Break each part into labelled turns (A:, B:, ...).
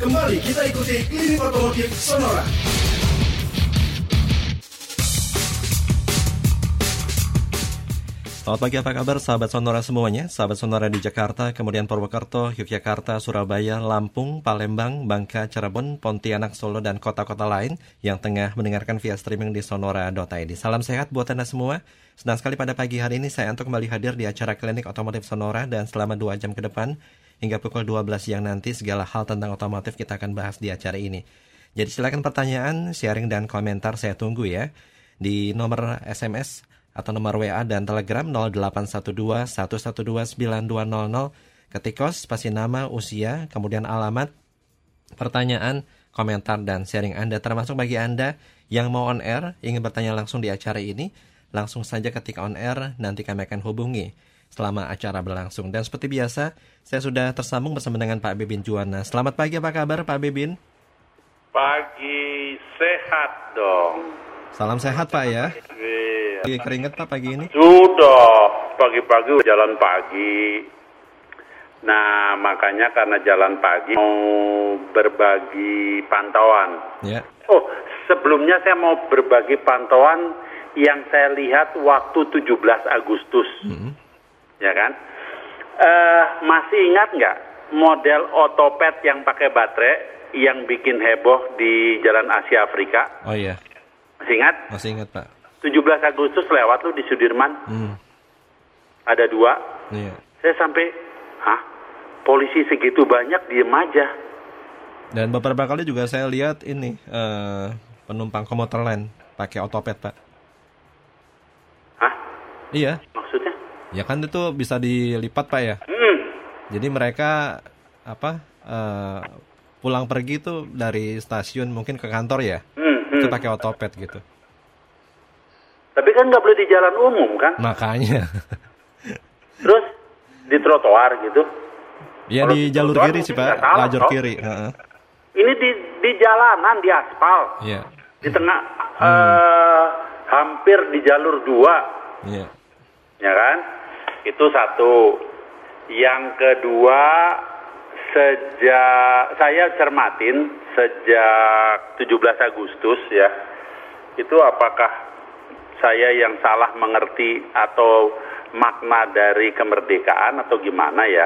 A: Kembali kita ikuti Klinik Otomotif Sonora.
B: Selamat pagi, apa kabar sahabat Sonora semuanya? Sahabat Sonora di Jakarta, kemudian Purwokerto, Yogyakarta, Surabaya, Lampung, Palembang, Bangka, Cirebon, Pontianak, Solo, dan kota-kota lain yang tengah mendengarkan via streaming di sonora.id. Salam sehat buat Anda semua. Senang sekali pada pagi hari ini saya untuk kembali hadir di acara Klinik Otomotif Sonora, dan selama 2 jam ke depan hingga pukul 12 siang nanti segala hal tentang otomotif kita akan bahas di acara ini. Jadi silakan pertanyaan, sharing, dan komentar saya tunggu ya di nomor SMS atau nomor WA dan Telegram 0812 112 9200. Ketik kos, spasi nama, usia, kemudian alamat, pertanyaan, komentar, dan sharing Anda. Termasuk bagi Anda yang mau on air, ingin bertanya langsung di acara ini, langsung saja ketik on air, nanti kami akan hubungi selama acara berlangsung. Dan seperti biasa, saya sudah tersambung bersama dengan Pak Bebin Juwana. Selamat pagi, apa kabar Pak Bebin?
C: Pagi sehat dong.
B: Salam sehat Pak ya. Lagi keringet Pak pagi ini?
C: Sudah, pagi-pagi jalan pagi. Nah, makanya karena jalan pagi mau berbagi pantauan.
B: Ya.
C: Oh, sebelumnya saya mau berbagi pantauan yang saya lihat waktu 17 Agustus. Ya kan? Masih ingat nggak model otopet yang pakai baterai yang bikin heboh di Jalan Asia Afrika?
B: Oh iya.
C: Masih ingat?
B: Masih ingat Pak.
C: 17 Agustus lewat lu di Sudirman. Ada 2.
B: Iya.
C: Saya sampai, polisi segitu banyak diem aja.
B: Dan beberapa kali juga saya lihat ini penumpang komuter lain pakai otopet Pak.
C: Hah?
B: Iya.
C: Maksudnya?
B: Ya kan itu bisa dilipat Pak ya. Jadi mereka pulang pergi tuh dari stasiun mungkin ke kantor ya. Itu pakai otopet gitu.
C: Tapi kan nggak boleh di jalan umum kan?
B: Makanya.
C: Terus di trotoar gitu?
B: Ya di jalur kiri sih Pak, lajur kiri.
C: Ini di jalanan, di aspal.
B: Iya.
C: Di tengah, hampir di jalur 2.
B: Iya.
C: Ya kan? Itu satu. Yang kedua, saya cermatin sejak 17 Agustus ya, itu apakah saya yang salah mengerti atau makna dari kemerdekaan atau gimana ya?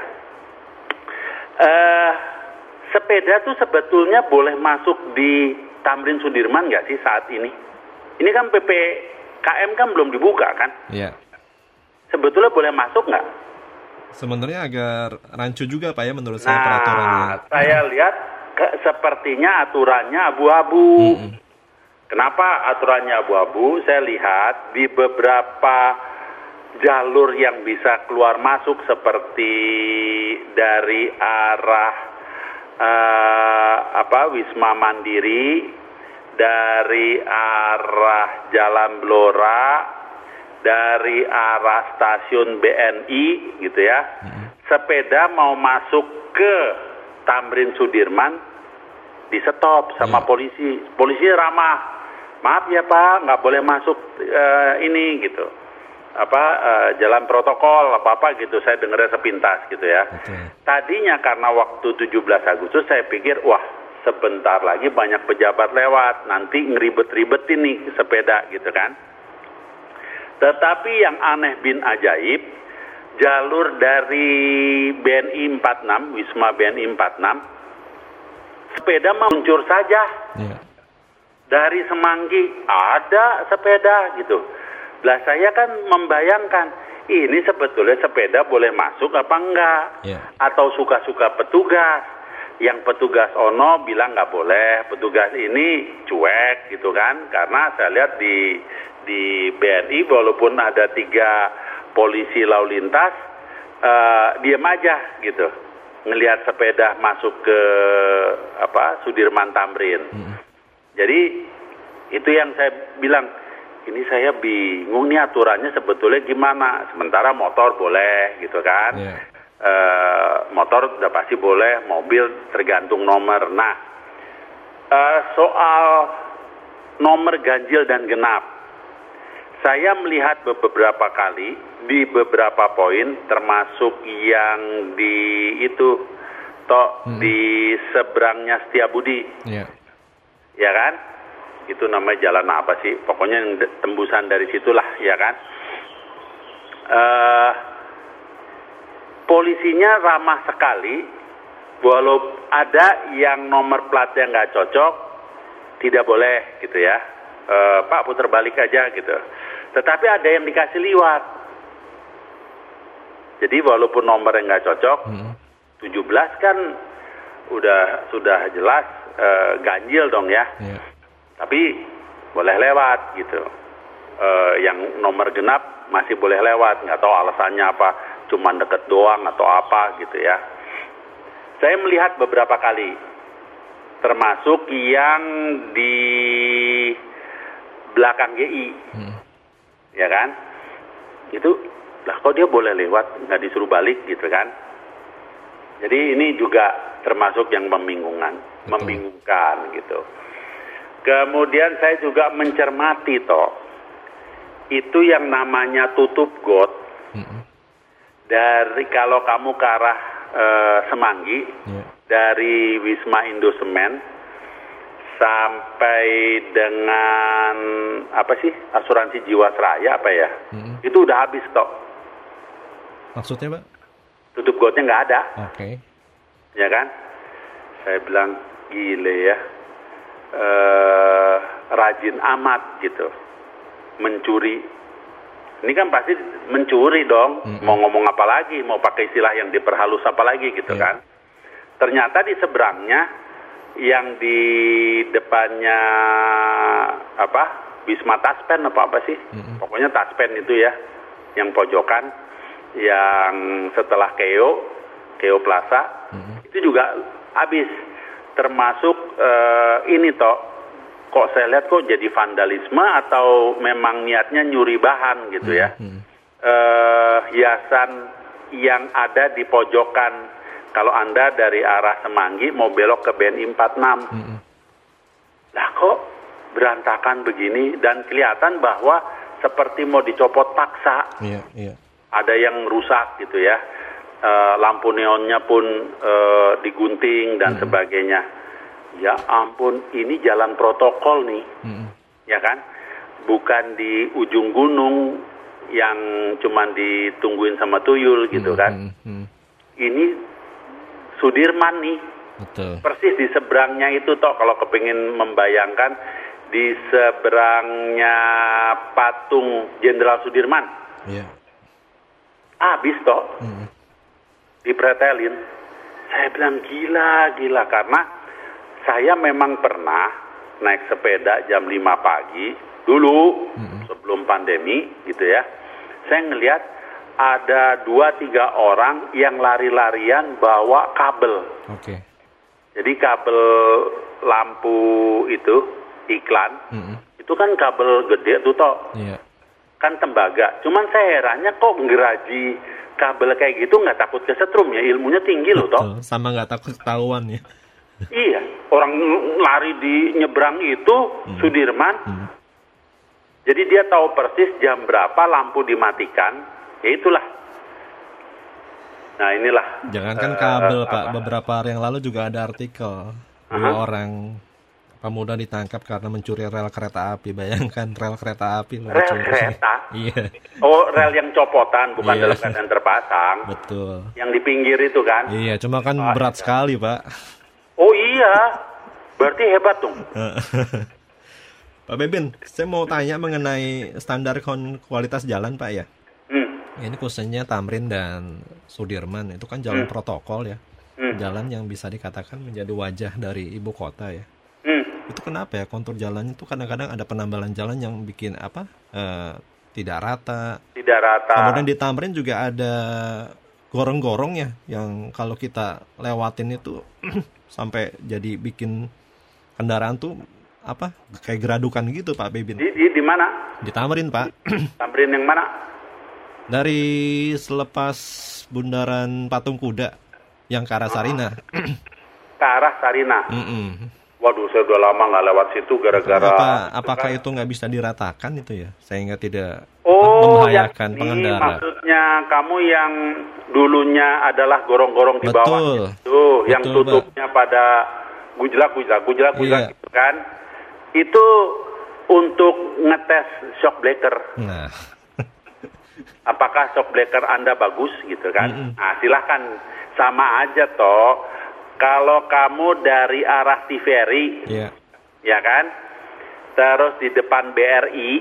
C: Sepeda tuh sebetulnya boleh masuk di Tamrin Sudirman nggak sih saat ini? Ini kan PPKM kan belum dibuka kan?
B: Iya.
C: Sebetulnya boleh masuk nggak?
B: Sebenarnya agak rancu juga Pak ya menurut saya peraturannya.
C: Saya lihat sepertinya aturannya abu-abu. Kenapa aturannya abu-abu? Saya lihat di beberapa jalur yang bisa keluar masuk seperti dari arah Wisma Mandiri, dari arah Jalan Blora, dari arah stasiun BNI gitu ya. Sepeda mau masuk ke Tamrin Sudirman di stop sama polisi. Polisi ramah. Maaf ya Pak, nggak boleh masuk ini gitu. Jalan protokol apa gitu, saya dengarnya sepintas gitu ya. Tadinya karena waktu 17 Agustus saya pikir wah sebentar lagi banyak pejabat lewat, nanti ngeribet-ribetin nih sepeda gitu kan. Tetapi yang aneh bin ajaib, jalur dari BNI 46, Wisma BNI 46, sepeda meluncur saja. Dari Semanggi ada sepeda gitu. Lah saya kan membayangkan ini sebetulnya sepeda boleh masuk apa enggak? Atau suka-suka petugas. Yang petugas ono bilang nggak boleh, petugas ini cuek gitu kan? Karena saya lihat di BNI walaupun ada 3 polisi lalu lintas, diam aja gitu. Ngelihat sepeda masuk ke Sudirman Tamrin. Jadi itu yang saya bilang, ini saya bingung nih aturannya sebetulnya gimana. Sementara motor boleh gitu kan. Motor udah pasti boleh, mobil tergantung nomor. Nah, soal nomor ganjil dan genap, saya melihat beberapa kali di beberapa poin, termasuk yang di itu di seberangnya Setiabudi.
B: Iya.
C: Ya kan? Itu namanya jalan apa sih? Pokoknya yang tembusan dari situlah, ya kan? Polisinya ramah sekali, walaupun ada yang nomor platnya nggak cocok, tidak boleh gitu ya. Pak putar balik aja gitu. Tetapi ada yang dikasih liwat. Jadi walaupun nomornya nggak cocok, 17 kan sudah jelas ganjil dong ya.
B: Iya.
C: Tapi boleh lewat gitu. Yang nomor genap masih boleh lewat, nggak tahu alasannya apa, cuma deket doang atau apa gitu ya. Saya melihat beberapa kali, termasuk yang di belakang GI, ya kan? Itu lah kok dia boleh lewat, nggak disuruh balik gitu kan? Jadi ini juga termasuk yang membingungkan gitu. Kemudian saya juga mencermati itu yang namanya tutup got. Dari kalau kamu ke arah Semanggi, dari Wisma Indosemen sampai dengan asuransi Jiwasraya itu udah habis
B: Maksudnya, Pak?
C: Tutup gotnya nggak ada.
B: Oke.
C: Ya kan? Saya bilang gile ya. Rajin amat gitu mencuri. Ini kan pasti mencuri dong. Mau ngomong apa lagi, mau pakai istilah yang diperhalus apa lagi gitu kan. Ternyata di seberangnya yang di depannya Wisma Taspen apa sih, pokoknya Taspen itu ya, yang pojokan, yang setelah Keo Plaza, itu juga habis. Termasuk ini kok saya lihat kok jadi vandalisme atau memang niatnya nyuri bahan gitu ya. Hiasan yang ada di pojokan, kalau Anda dari arah Semanggi mau belok ke BNI 46. Lah kok berantakan begini dan kelihatan bahwa seperti mau dicopot paksa. Ada yang rusak gitu ya. Lampu neonnya pun digunting dan sebagainya. Ya ampun, ini jalan protokol nih, ya kan? Bukan di ujung gunung yang cuman ditungguin sama tuyul gitu kan? Ini Sudirman nih,
B: betul.
C: Persis di seberangnya itu kalau kepingin membayangkan di seberangnya patung Jenderal Sudirman, habis dipretelin. Saya bilang gila karena saya memang pernah naik sepeda jam 5 pagi dulu sebelum pandemi gitu ya. Saya ngelihat ada 2-3 orang yang lari-larian bawa kabel. Jadi kabel lampu itu iklan itu kan kabel gede tuh kan tembaga. Cuman saya herannya kok ngeraji kabel kayak gitu nggak takut kesetrum ya, ilmunya tinggi loh
B: Sama nggak takut ketahuan ya.
C: Iya, orang lari di nyebrang itu Sudirman. Jadi dia tahu persis jam berapa lampu dimatikan, ya itulah. Nah inilah.
B: Jangankan kabel Pak, beberapa hari yang lalu juga ada artikel 2 orang pemuda ditangkap karena mencuri rel kereta api. Bayangkan rel kereta api.
C: Rel kereta?
B: Iya.
C: Oh, rel yang copotan, bukan dalam keadaan terpasang.
B: Betul.
C: Yang di pinggir itu kan?
B: Iya, cuma kan berat sekali Pak.
C: Oh iya, berarti hebat dong.
B: Pak Bebin, saya mau tanya mengenai standar kualitas jalan Pak ya. Ini khususnya Tamrin dan Sudirman, itu kan jalan protokol ya. Jalan yang bisa dikatakan menjadi wajah dari ibu kota ya. Itu kenapa ya kontur jalannya itu kadang-kadang ada penambalan jalan yang bikin tidak rata. Kemudian di Tamrin juga ada gorong-gorong ya, yang kalau kita lewatin itu sampai jadi bikin kendaraan tuh kayak geradukan gitu Pak Bebin.
C: Di mana?
B: Di Tamrin Pak.
C: Tamrin yang mana?
B: Dari selepas bundaran Patung Kuda yang ke arah Sarina.
C: Ke arah Sarina. Waduh, saya udah lama nggak lewat situ gara-gara.
B: Apakah itu nggak bisa diratakan itu ya, sehingga tidak
C: yang
B: membahayakan
C: ini
B: pengendara?
C: Maksudnya kamu yang dulunya adalah gorong-gorong di bawah itu, yang tutupnya pada gujlak
B: Iya.
C: gitu kan? Itu untuk ngetes shock breaker.
B: Nah,
C: Apakah shock breaker Anda bagus gitu kan? Nah, silahkan, sama aja toh. Kalau kamu dari arah TVRI, ya kan, terus di depan BRI,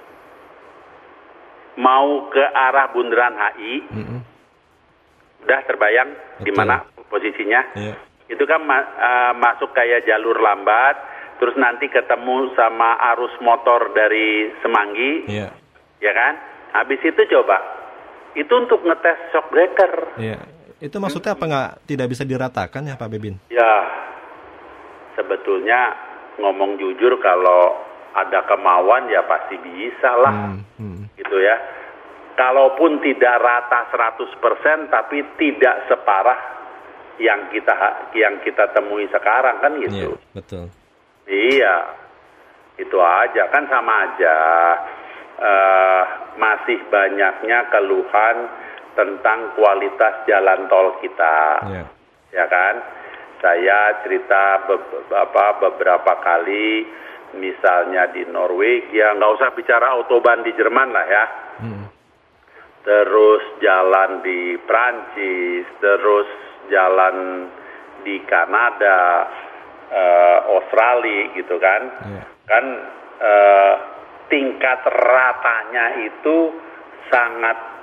C: mau ke arah Bundaran HI, udah terbayang di mana posisinya? Itu kan masuk kayak jalur lambat, terus nanti ketemu sama arus motor dari Semanggi, ya kan? Habis itu coba, itu untuk ngetes shock breaker.
B: Itu maksudnya apa tidak bisa diratakan ya Pak Bebin?
C: Ya, sebetulnya ngomong jujur kalau ada kemauan ya pasti bisa lah, gitu ya. Kalaupun tidak rata 100%, tapi tidak separah yang kita temui sekarang kan gitu.
B: Iya, betul.
C: Iya, itu aja kan sama aja. Masih banyaknya keluhan tentang kualitas jalan tol kita, ya kan? Saya cerita beberapa kali, misalnya di Norwegia, nggak usah bicara autobahn di Jerman lah ya. Terus jalan di Prancis, terus jalan di Kanada, Australia gitu kan? Kan tingkat ratanya itu sangat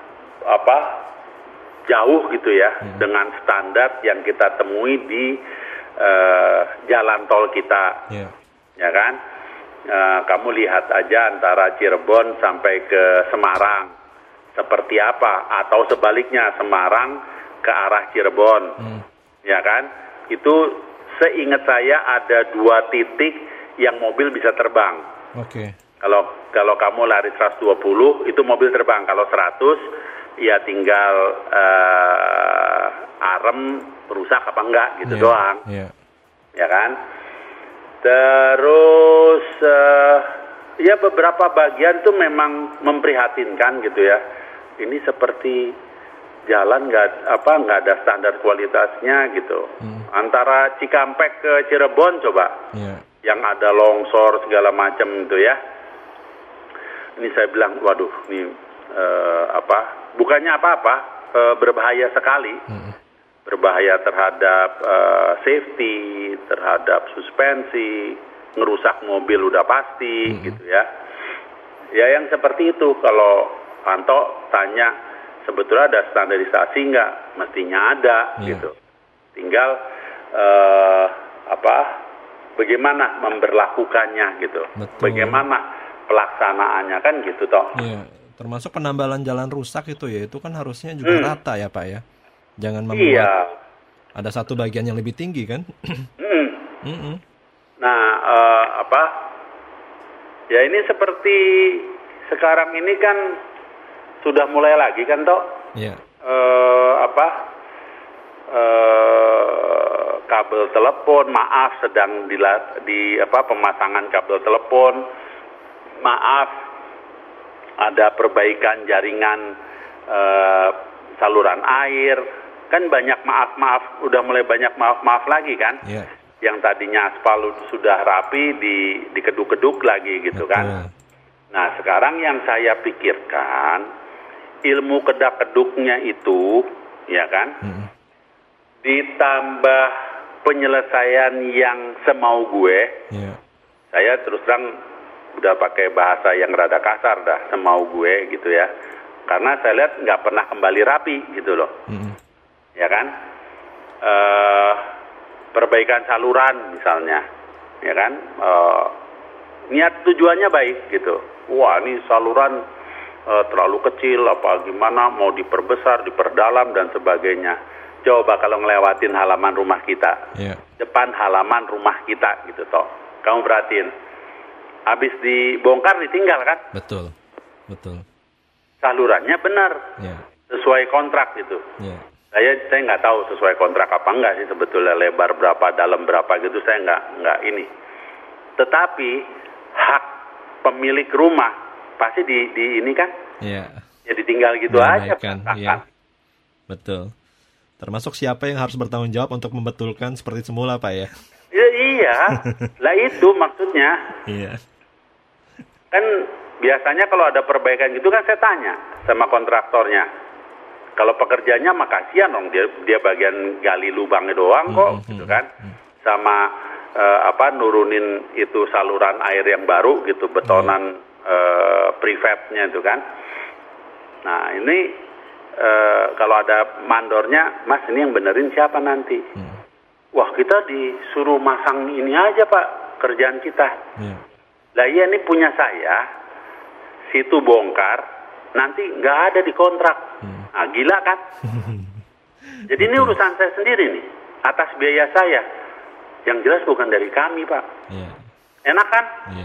C: jauh gitu ya dengan standar yang kita temui di jalan tol kita, ya kan? Kamu lihat aja antara Cirebon sampai ke Semarang seperti apa, atau sebaliknya Semarang ke arah Cirebon, ya kan? Itu seingat saya ada 2 titik yang mobil bisa terbang. Kalau kamu lari 120 itu mobil terbang, kalau 100 ya tinggal arem rusak apa enggak gitu doang, ya kan? Terus ya beberapa bagian tuh memang memprihatinkan gitu ya. Ini seperti jalan nggak ada standar kualitasnya gitu. Antara Cikampek ke Cirebon coba, yang ada longsor segala macam itu ya. Ini saya bilang, waduh, ini bukannya apa-apa, berbahaya sekali, berbahaya terhadap safety, terhadap suspensi, ngerusak mobil udah pasti, gitu ya. Ya yang seperti itu, kalau Anto tanya, sebetulnya ada standarisasi nggak? Mestinya ada, gitu. Tinggal bagaimana memberlakukannya, gitu.
B: Betul.
C: Bagaimana pelaksanaannya kan gitu toh.
B: Termasuk penambalan jalan rusak itu ya, itu kan harusnya juga rata ya Pak ya. Jangan membuat ada satu bagian yang lebih tinggi kan.
C: Nah, ya ini seperti sekarang ini kan sudah mulai lagi kan toh. Kabel telepon, maaf sedang di pemasangan kabel telepon. Maaf, ada perbaikan jaringan saluran air, kan banyak maaf, udah mulai banyak maaf lagi kan? Yang tadinya aspal sudah rapi dikeduk-keduk lagi gitu. Betul. Kan? Nah sekarang yang saya pikirkan, ilmu kedak-keduknya itu, ya kan, ditambah penyelesaian yang semau gue, saya terus terang udah pakai bahasa yang rada kasar dah, semau gue gitu ya, karena saya lihat nggak pernah kembali rapi gitu loh, ya kan, perbaikan saluran misalnya, ya kan, niat tujuannya baik gitu, wah ini saluran terlalu kecil apa gimana, mau diperbesar, diperdalam dan sebagainya. Coba kalau ngelewatin halaman rumah kita, depan halaman rumah kita gitu toh, kamu perhatiin. Habis dibongkar ditinggal kan? Betul. Salurannya benar, sesuai kontrak gitu. Saya nggak tahu sesuai kontrak apa enggak sih sebetulnya, lebar berapa, dalam berapa gitu, saya nggak ini. Tetapi hak pemilik rumah pasti di ini kan, ya ditinggal gitu aja.
B: Iya. Betul. Termasuk siapa yang harus bertanggung jawab untuk membetulkan seperti semula, Pak ya?
C: Iya, lah itu maksudnya.
B: Iya.
C: Kan biasanya kalau ada perbaikan gitu kan saya tanya sama kontraktornya. Kalau pekerjanya mah kasihan dong, dia bagian gali lubangnya doang kok, gitu kan. Sama nurunin itu saluran air yang baru gitu, betonan prefabnya itu kan. Nah ini kalau ada mandornya, Mas ini yang benerin siapa nanti? Wah kita disuruh masang ini aja Pak, kerjaan kita. Lah iya ini punya saya, situ bongkar, nanti nggak ada di kontrak. Nah, gila kan? Jadi ini urusan saya sendiri nih, atas biaya saya. Yang jelas bukan dari kami, Pak. Enak kan?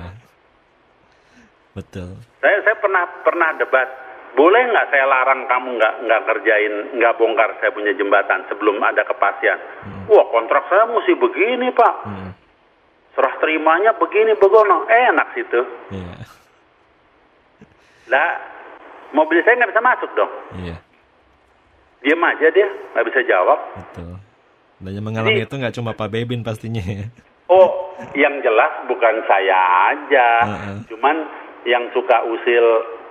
B: Betul.
C: Saya pernah debat. Boleh nggak saya larang kamu nggak bongkar saya punya jembatan sebelum ada kepastian? Wah kontrak saya mesti begini, Pak. Serah terimanya begini begono. Enak situ. Lah mobil saya nggak bisa masuk dong. Diam aja dia, nggak bisa jawab.
B: Betul. Dan yang mengalami itu nggak cuma Pak Bebin pastinya ya.
C: Oh, yang jelas bukan saya aja. Cuman yang suka usil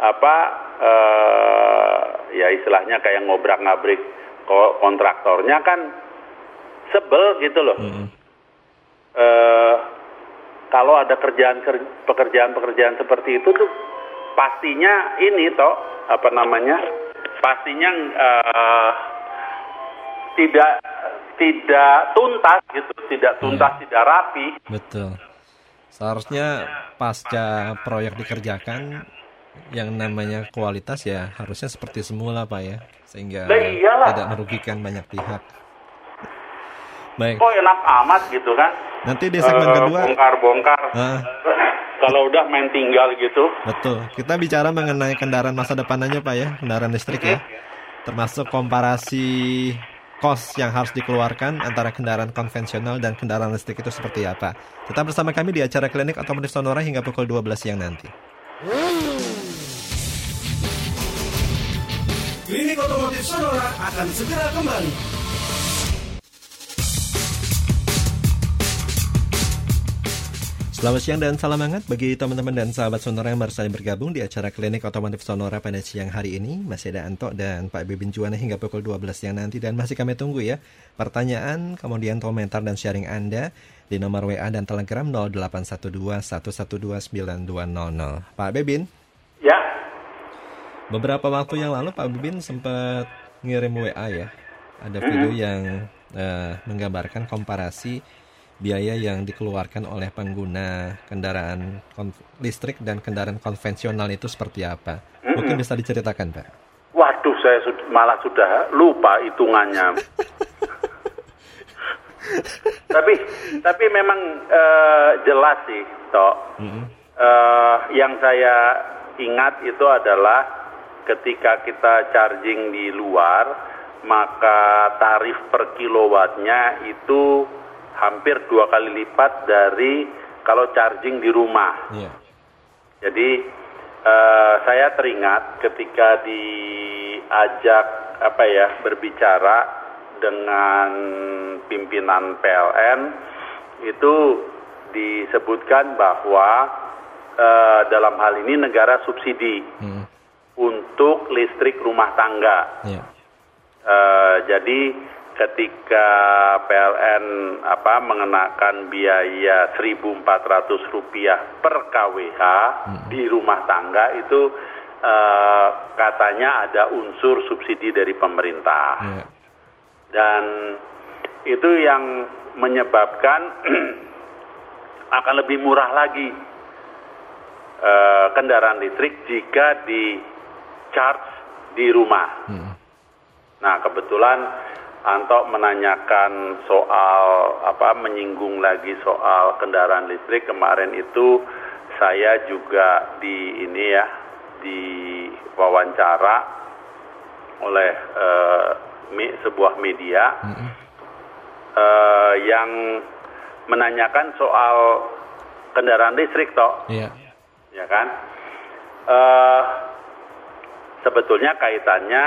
C: ya istilahnya kayak ngobrak-ngabrik kontraktornya kan sebel gitu loh. Kalau ada pekerjaan seperti itu tuh pastinya ini pastinya tidak tuntas gitu, tidak rapi.
B: Betul. Seharusnya pasca proyek dikerjakan yang namanya kualitas ya harusnya seperti semula Pak ya, sehingga tidak merugikan banyak pihak. Baik.
C: Kok enak amat gitu kan?
B: Nanti di segmen kedua
C: bongkar. Kalau udah main tinggal gitu.
B: Betul. Kita bicara mengenai kendaraan masa depan aja Pak ya, kendaraan listrik ya. Termasuk komparasi kos yang harus dikeluarkan antara kendaraan konvensional dan kendaraan listrik itu seperti apa. Tetap bersama kami di acara Klinik Otomotif Sonora hingga pukul 12 siang nanti.
A: Klinik Otomotif Sonora akan segera kembali.
B: Selamat siang dan salam hangat bagi teman-teman dan sahabat Sonora yang baru saja bergabung di acara Klinik Otomotif Sonora pada siang hari ini. Masih ada Anto dan Pak Bebin Juwana hingga pukul 12 siang nanti. Dan masih kami tunggu ya pertanyaan, kemudian komentar dan sharing Anda di nomor WA dan Telegram 0812-112-9200. Pak Bebin?
C: Ya.
B: Beberapa waktu yang lalu Pak Bebin sempat ngirim WA ya. Ada video yang menggambarkan komparasi biaya yang dikeluarkan oleh pengguna kendaraan listrik dan kendaraan konvensional itu seperti apa? Mungkin bisa diceritakan, Pak.
C: Waduh, saya malah sudah lupa hitungannya. tapi memang jelas sih, Tok. Yang saya ingat itu adalah ketika kita charging di luar, maka tarif per kilowattnya itu hampir 2 kali lipat dari kalau charging di rumah. Jadi saya teringat ketika diajak berbicara dengan pimpinan PLN itu disebutkan bahwa dalam hal ini negara subsidi untuk listrik rumah tangga. Jadi ketika PLN mengenakan biaya Rp1.400 per kWh di rumah tangga itu katanya ada unsur subsidi dari pemerintah. Dan itu yang menyebabkan akan lebih murah lagi kendaraan listrik jika di charge di rumah. Nah kebetulan Anto menanyakan soal menyinggung lagi soal kendaraan listrik. Kemarin itu saya juga diwawancara oleh sebuah media yang menanyakan soal kendaraan listrik toh, ya kan? Sebetulnya kaitannya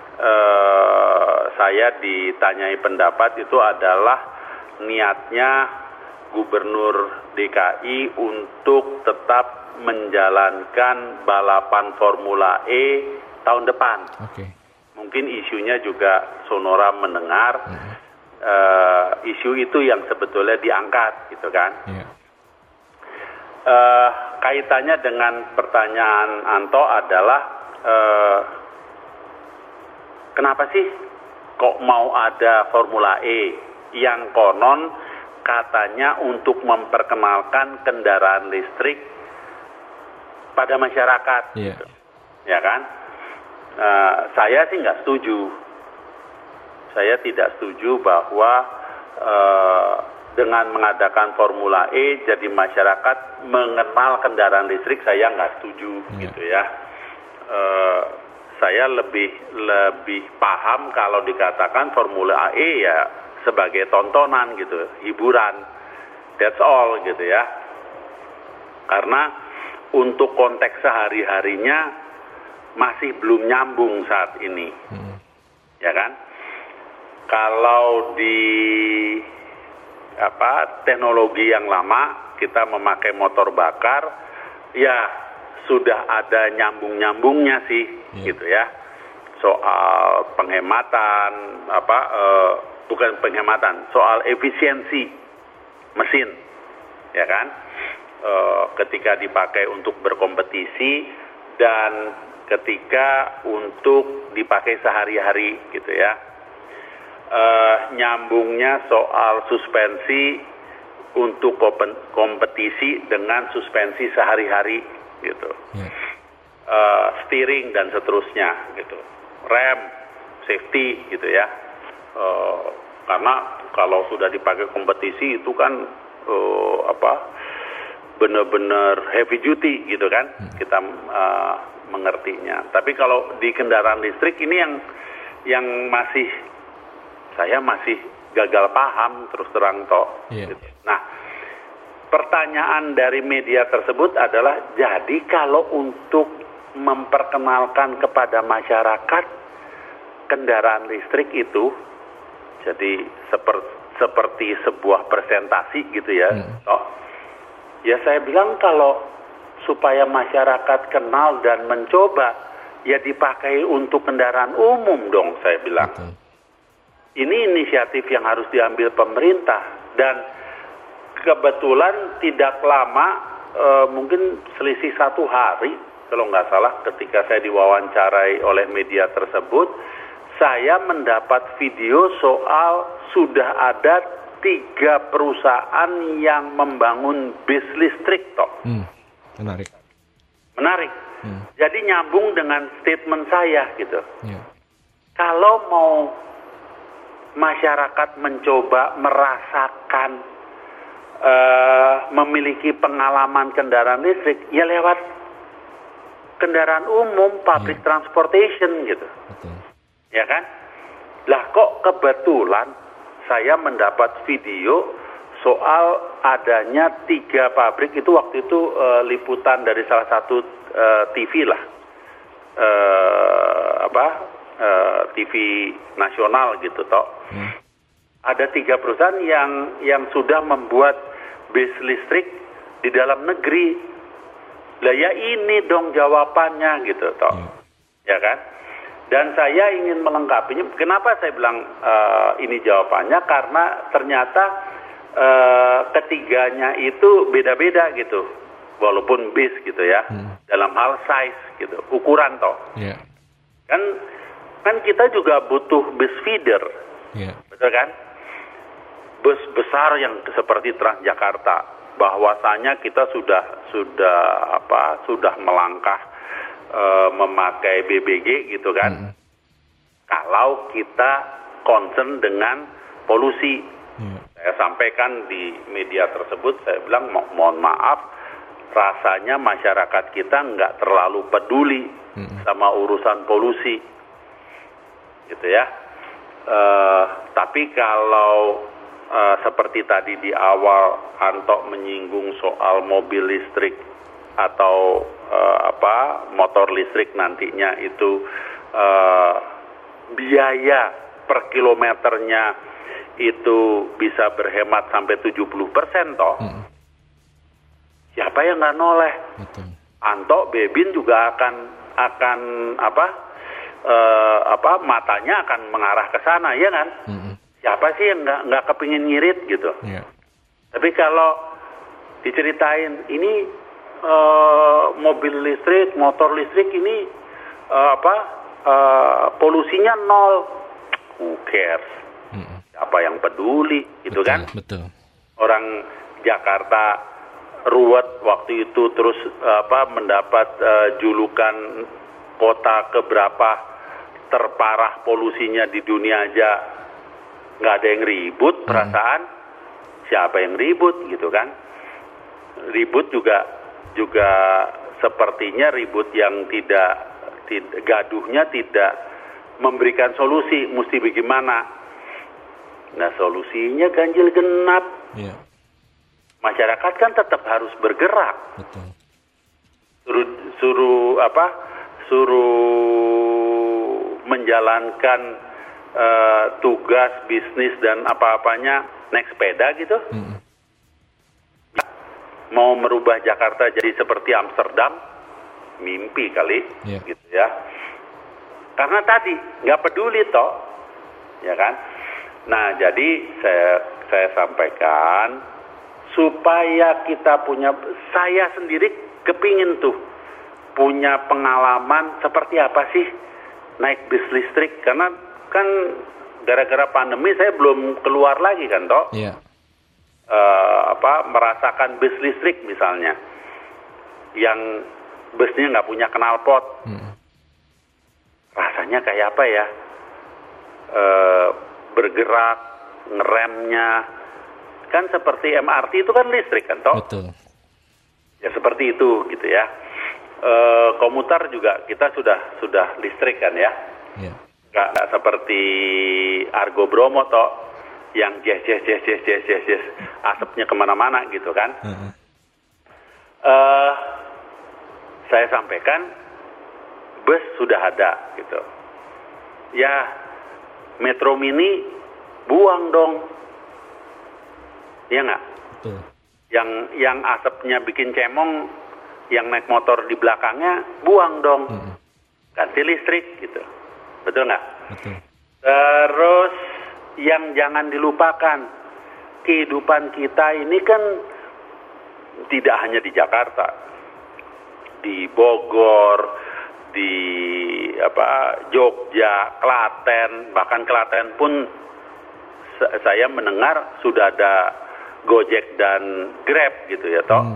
C: saya ditanyai pendapat itu adalah niatnya Gubernur DKI untuk tetap menjalankan balapan Formula E tahun depan. Mungkin isunya juga Sonora mendengar isu itu yang sebetulnya diangkat, gitu kan? Kaitannya dengan pertanyaan Anto adalah kenapa sih kok mau ada Formula E yang konon katanya untuk memperkenalkan kendaraan listrik pada masyarakat, gitu. Ya kan? Saya sih nggak setuju. Saya tidak setuju bahwa dengan mengadakan Formula E jadi masyarakat mengenal kendaraan listrik. Saya nggak setuju, gitu ya. Saya lebih paham kalau dikatakan Formula E ya sebagai tontonan gitu, hiburan, that's all gitu ya. Karena untuk konteks sehari-harinya masih belum nyambung saat ini, ya kan? Kalau di teknologi yang lama kita memakai motor bakar, ya sudah ada nyambung-nyambungnya sih, gitu ya. Soal penghematan, bukan penghematan, soal efisiensi mesin, ya kan? Ketika dipakai untuk berkompetisi dan ketika untuk dipakai sehari-hari, gitu ya. Nyambungnya soal suspensi untuk kompetisi dengan suspensi sehari-hari, gitu. Steering dan seterusnya, gitu. Rem, safety, gitu ya. Karena kalau sudah dipakai kompetisi itu kan benar-benar heavy duty, gitu kan, kita mengertinya. Tapi kalau di kendaraan listrik ini yang saya masih gagal paham terus terang toh. Gitu. Nah, pertanyaan dari media tersebut adalah, jadi kalau untuk memperkenalkan kepada masyarakat kendaraan listrik itu jadi seperti sebuah presentasi gitu ya, toh. Ya saya bilang kalau supaya masyarakat kenal dan mencoba, ya dipakai untuk kendaraan umum dong, saya bilang. Ini inisiatif yang harus diambil pemerintah, dan kebetulan tidak lama, mungkin selisih 1 hari, kalau nggak salah, ketika saya diwawancarai oleh media tersebut, saya mendapat video soal sudah ada 3 perusahaan yang membangun bis listrik, toh.
B: Menarik.
C: Jadi nyambung dengan statement saya, gitu. Kalau mau masyarakat mencoba merasakan memiliki pengalaman kendaraan listrik, ya lewat kendaraan umum, public transportation, gitu. Ya kan? Lah kok kebetulan saya mendapat video soal adanya 3 pabrik itu, waktu itu liputan dari salah satu TV lah, TV nasional gitu toh. Ada 3 perusahaan yang sudah membuat bis listrik di dalam negeri. Lah ya ini dong jawabannya, gitu toh. Ya kan? Dan saya ingin melengkapinya. Kenapa saya bilang ini jawabannya? Karena ternyata ketiganya itu beda-beda gitu. Walaupun bis gitu ya. Dalam hal size gitu, ukuran toh. Kan kita juga butuh bis feeder. Betul kan? Bus besar yang seperti Transjakarta. Bahwasanya kita sudah melangkah memakai BBG gitu kan. Kalau kita concern dengan polusi. Saya sampaikan di media tersebut, saya bilang mohon maaf, rasanya masyarakat kita nggak terlalu peduli sama urusan polusi, gitu ya. Tapi kalau seperti tadi di awal Anto menyinggung soal mobil listrik atau motor listrik nantinya itu biaya per kilometernya itu bisa berhemat sampai 70% toh. Siapa yang nggak noleh?
B: Betul.
C: Anto, Bebin juga akan matanya akan mengarah ke sana, ya kan? Siapa sih yang nggak kepingin ngirit gitu?
B: Yeah.
C: Tapi kalau diceritain ini mobil listrik, motor listrik ini polusinya nol, who cares? Siapa yang peduli, gitu
B: betul,
C: kan?
B: Betul.
C: Orang Jakarta ruwet waktu itu terus mendapat julukan kota keberapa terparah polusinya di dunia aja, nggak ada yang ribut perasaan. Siapa yang ribut gitu kan? Ribut juga sepertinya ribut yang tidak gaduhnya tidak memberikan solusi. Mesti bagaimana? Nah, solusinya ganjil genap.
B: Yeah.
C: Masyarakat kan tetap harus bergerak.
B: Betul.
C: Suruh menjalankan tugas bisnis dan apa-apanya naik sepeda gitu. Mau merubah Jakarta jadi seperti Amsterdam, mimpi kali, gitu ya. Karena tadi nggak peduli toh, ya kan. Nah, jadi saya sampaikan supaya kita punya, saya sendiri kepingin tuh punya pengalaman seperti apa sih naik bis listrik, karena kan gara-gara pandemi saya belum keluar lagi kan toh.
B: Iya.
C: Merasakan bis listrik misalnya yang busnya nggak punya knalpot. Rasanya kayak apa ya? Bergerak, ngeremnya kan seperti MRT itu kan listrik kan toh?
B: Betul.
C: Ya seperti itu gitu ya. Komuter juga kita sudah listrik kan ya?
B: Iya.
C: Nggak seperti Argo Bromo toh, yang jes asapnya kemana-mana gitu kan. Saya sampaikan bus sudah ada gitu ya, Metro Mini buang dong, ya nggak?
B: Betul.
C: Yang asapnya bikin cemong, yang naik motor di belakangnya buang dong, ganti listrik gitu, betul nggak?
B: Betul.
C: Terus yang jangan dilupakan, kehidupan kita ini kan tidak hanya di Jakarta, di Bogor, di Jogja, Klaten, bahkan Klaten pun saya mendengar sudah ada Gojek dan Grab gitu ya toh.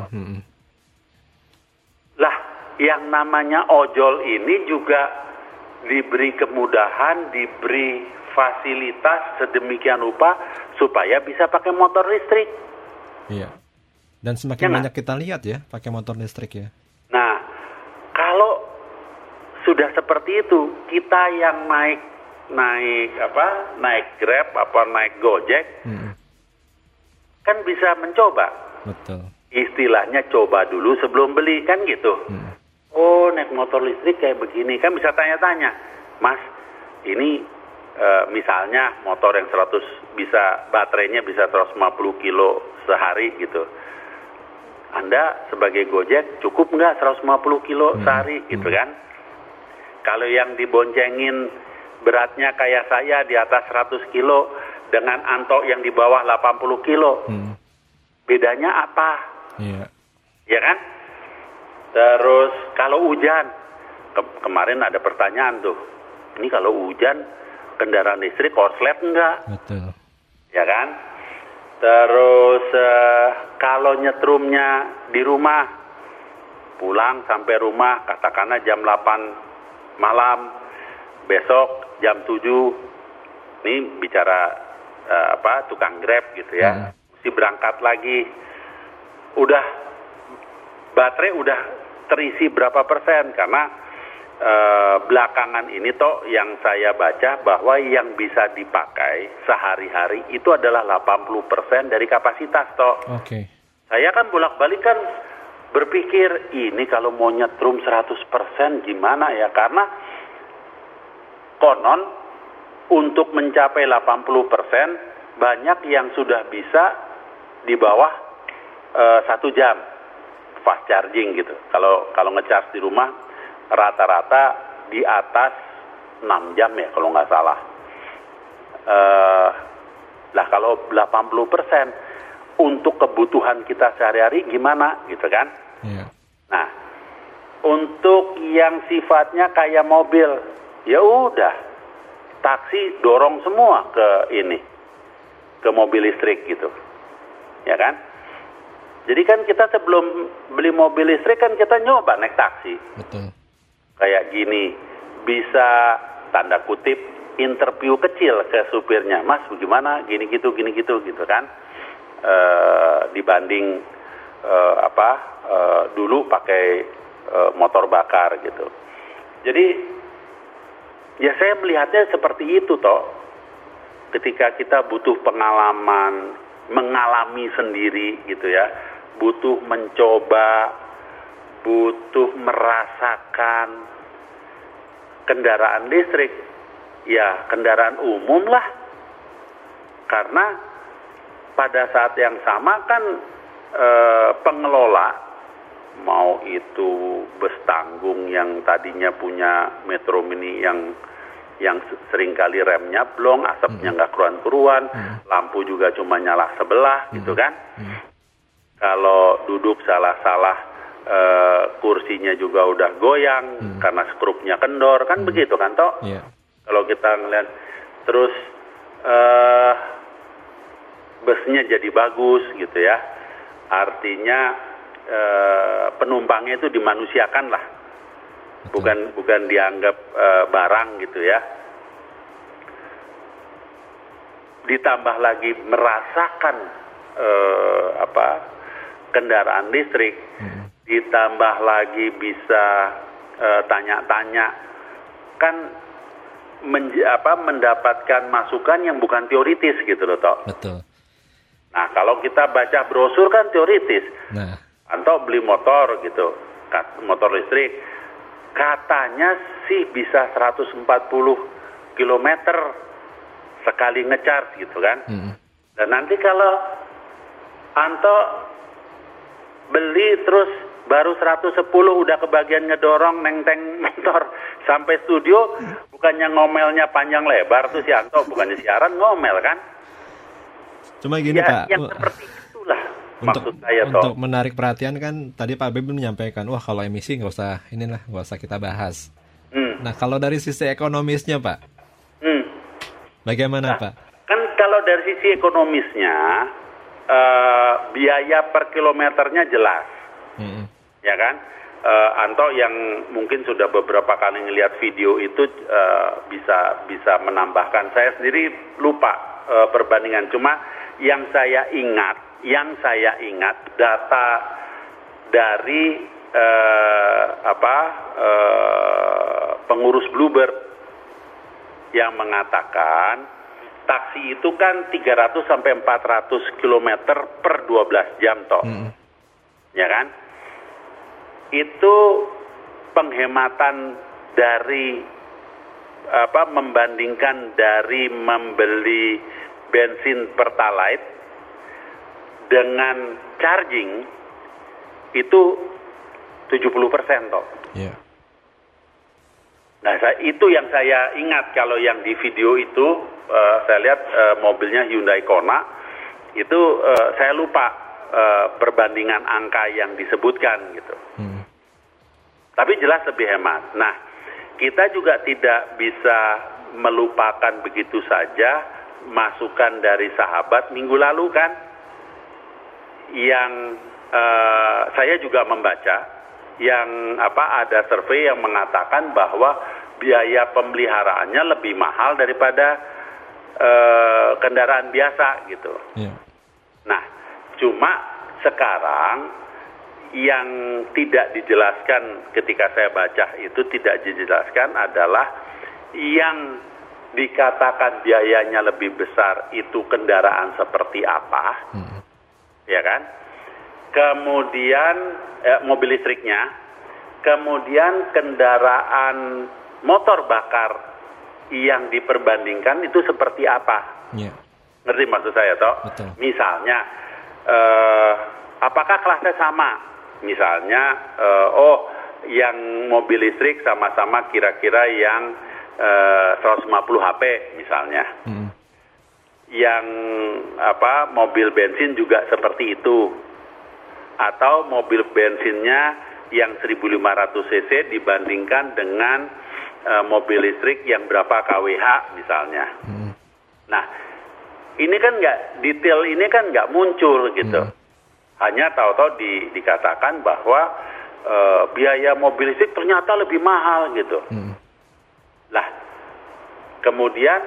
C: Lah, yang namanya ojol ini juga diberi kemudahan, diberi fasilitas sedemikian rupa supaya bisa pakai motor listrik.
B: Iya. Dan semakin banyak kita lihat ya pakai motor listrik ya.
C: Nah, kalau sudah seperti itu, kita yang naik Grab naik Gojek, kan bisa mencoba.
B: Betul.
C: Istilahnya coba dulu sebelum beli kan gitu. Oh, naik motor listrik kayak begini, kan bisa tanya-tanya, Mas, ini misalnya motor yang baterainya bisa 150 kilo sehari gitu. Anda sebagai Gojek cukup nggak 150 kilo sehari gitu kan? Kalau yang diboncengin beratnya kayak saya di atas 100 kilo dengan Anto yang di bawah 80 kilo, bedanya apa?
B: Iya.
C: Ya kan? Terus kalau hujan, kemarin ada pertanyaan tuh, ini kalau hujan kendaraan listrik korslet enggak?
B: Betul.
C: Ya kan? Terus kalau nyetrumnya di rumah, pulang sampai rumah katakanlah jam 8 malam, besok jam 7, ini bicara tukang Grab gitu ya, mesti berangkat lagi, baterai udah terisi berapa persen, karena belakangan ini toh yang saya baca bahwa yang bisa dipakai sehari-hari itu adalah 80% dari kapasitas toh.
B: Oke.
C: Saya kan bolak-balik kan berpikir ini kalau mau nyetrum 100% gimana ya, karena konon untuk mencapai 80% banyak yang sudah bisa di bawah 1 jam fast charging gitu. Kalau ngecas di rumah rata-rata di atas 6 jam ya kalau nggak salah. Lah kalau 80% untuk kebutuhan kita sehari-hari gimana gitu kan?
B: Yeah.
C: Nah, untuk yang sifatnya kayak mobil, ya udah taksi dorong semua ke mobil listrik gitu, ya kan? Jadi kan kita sebelum beli mobil listrik kan kita nyoba naik taksi.
B: Betul.
C: Kayak gini, bisa tanda kutip interview kecil ke supirnya, Mas bagaimana gini gitu kan, dibanding dulu pakai motor bakar gitu. Jadi ya saya melihatnya seperti itu toh, ketika kita butuh pengalaman, mengalami sendiri gitu ya, butuh mencoba, butuh merasakan kendaraan listrik, ya kendaraan umum lah. Karena pada saat yang sama kan pengelola, mau itu bus tanggung yang tadinya punya Metro Mini yang seringkali remnya blong, asapnya nggak keruan-keruan, lampu juga cuma nyala sebelah gitu kan. Kalau duduk salah-salah kursinya juga udah goyang karena skrupnya kendor kan, begitu kan toh.
B: Yeah.
C: Kalau kita ngeliat terus busnya jadi bagus gitu ya, artinya penumpangnya itu dimanusiakan lah.
B: Betul.
C: bukan dianggap barang gitu ya. Ditambah lagi merasakan kendaraan listrik, ditambah lagi bisa tanya-tanya, kan mendapatkan masukan yang bukan teoritis gitu loh toh.
B: Betul.
C: Nah kalau kita baca brosur kan teoritis.
B: Nah,
C: Atau beli motor gitu, motor listrik, katanya sih bisa 140 km sekali ngecharge gitu kan. Dan nanti kalau Anto beli terus baru 110 udah kebagian ngedorong neng-teng motor sampai studio, bukannya ngomelnya panjang lebar tuh si Anto, bukannya siaran ngomel kan.
B: Cuma gini
C: ya,
B: Pak,
C: yang seperti itulah maksud saya toh.
B: Untuk menarik perhatian kan tadi Pak Habib menyampaikan, wah kalau emisi nggak usah kita bahas. Nah kalau dari sisi ekonomisnya Pak, bagaimana Pak?
C: Kan kalau dari sisi ekonomisnya biaya per kilometernya jelas, ya kan? Anto yang mungkin sudah beberapa kali ngelihat video itu bisa menambahkan. Saya sendiri lupa perbandingan. Cuma yang saya ingat data dari pengurus Bluebird yang mengatakan taksi itu kan 300 sampai 400 km per 12 jam toh. Ya kan? Itu penghematan dari membandingkan dari membeli bensin Pertalite dengan charging itu 70% toh.
B: Yeah.
C: Nah, itu yang saya ingat. Kalau yang di video itu saya lihat mobilnya Hyundai Kona itu saya lupa perbandingan angka yang disebutkan gitu. Tapi jelas lebih hemat. Nah, kita juga tidak bisa melupakan begitu saja masukan dari sahabat minggu lalu kan, yang saya juga membaca yang ada survei yang mengatakan bahwa biaya pemeliharaannya lebih mahal daripada kendaraan biasa gitu.
B: Yeah.
C: Nah, cuma sekarang yang tidak dijelaskan ketika saya baca itu tidak dijelaskan adalah yang dikatakan biayanya lebih besar itu kendaraan seperti apa, ya kan? Kemudian mobil listriknya, kemudian kendaraan motor bakar yang diperbandingkan itu seperti apa?
B: Yeah.
C: Ngerti maksud saya toh?
B: Betul.
C: Misalnya, apakah kelasnya sama? Misalnya, yang mobil listrik sama-sama kira-kira yang 150 HP misalnya. Yang mobil bensin juga seperti itu. Atau mobil bensinnya yang 1500 cc dibandingkan dengan mobil listrik yang berapa kWh misalnya. Nah, ini kan detail ini kan nggak muncul gitu. Hanya tahu-tahu dikatakan bahwa biaya mobil listrik ternyata lebih mahal gitu. Lah, kemudian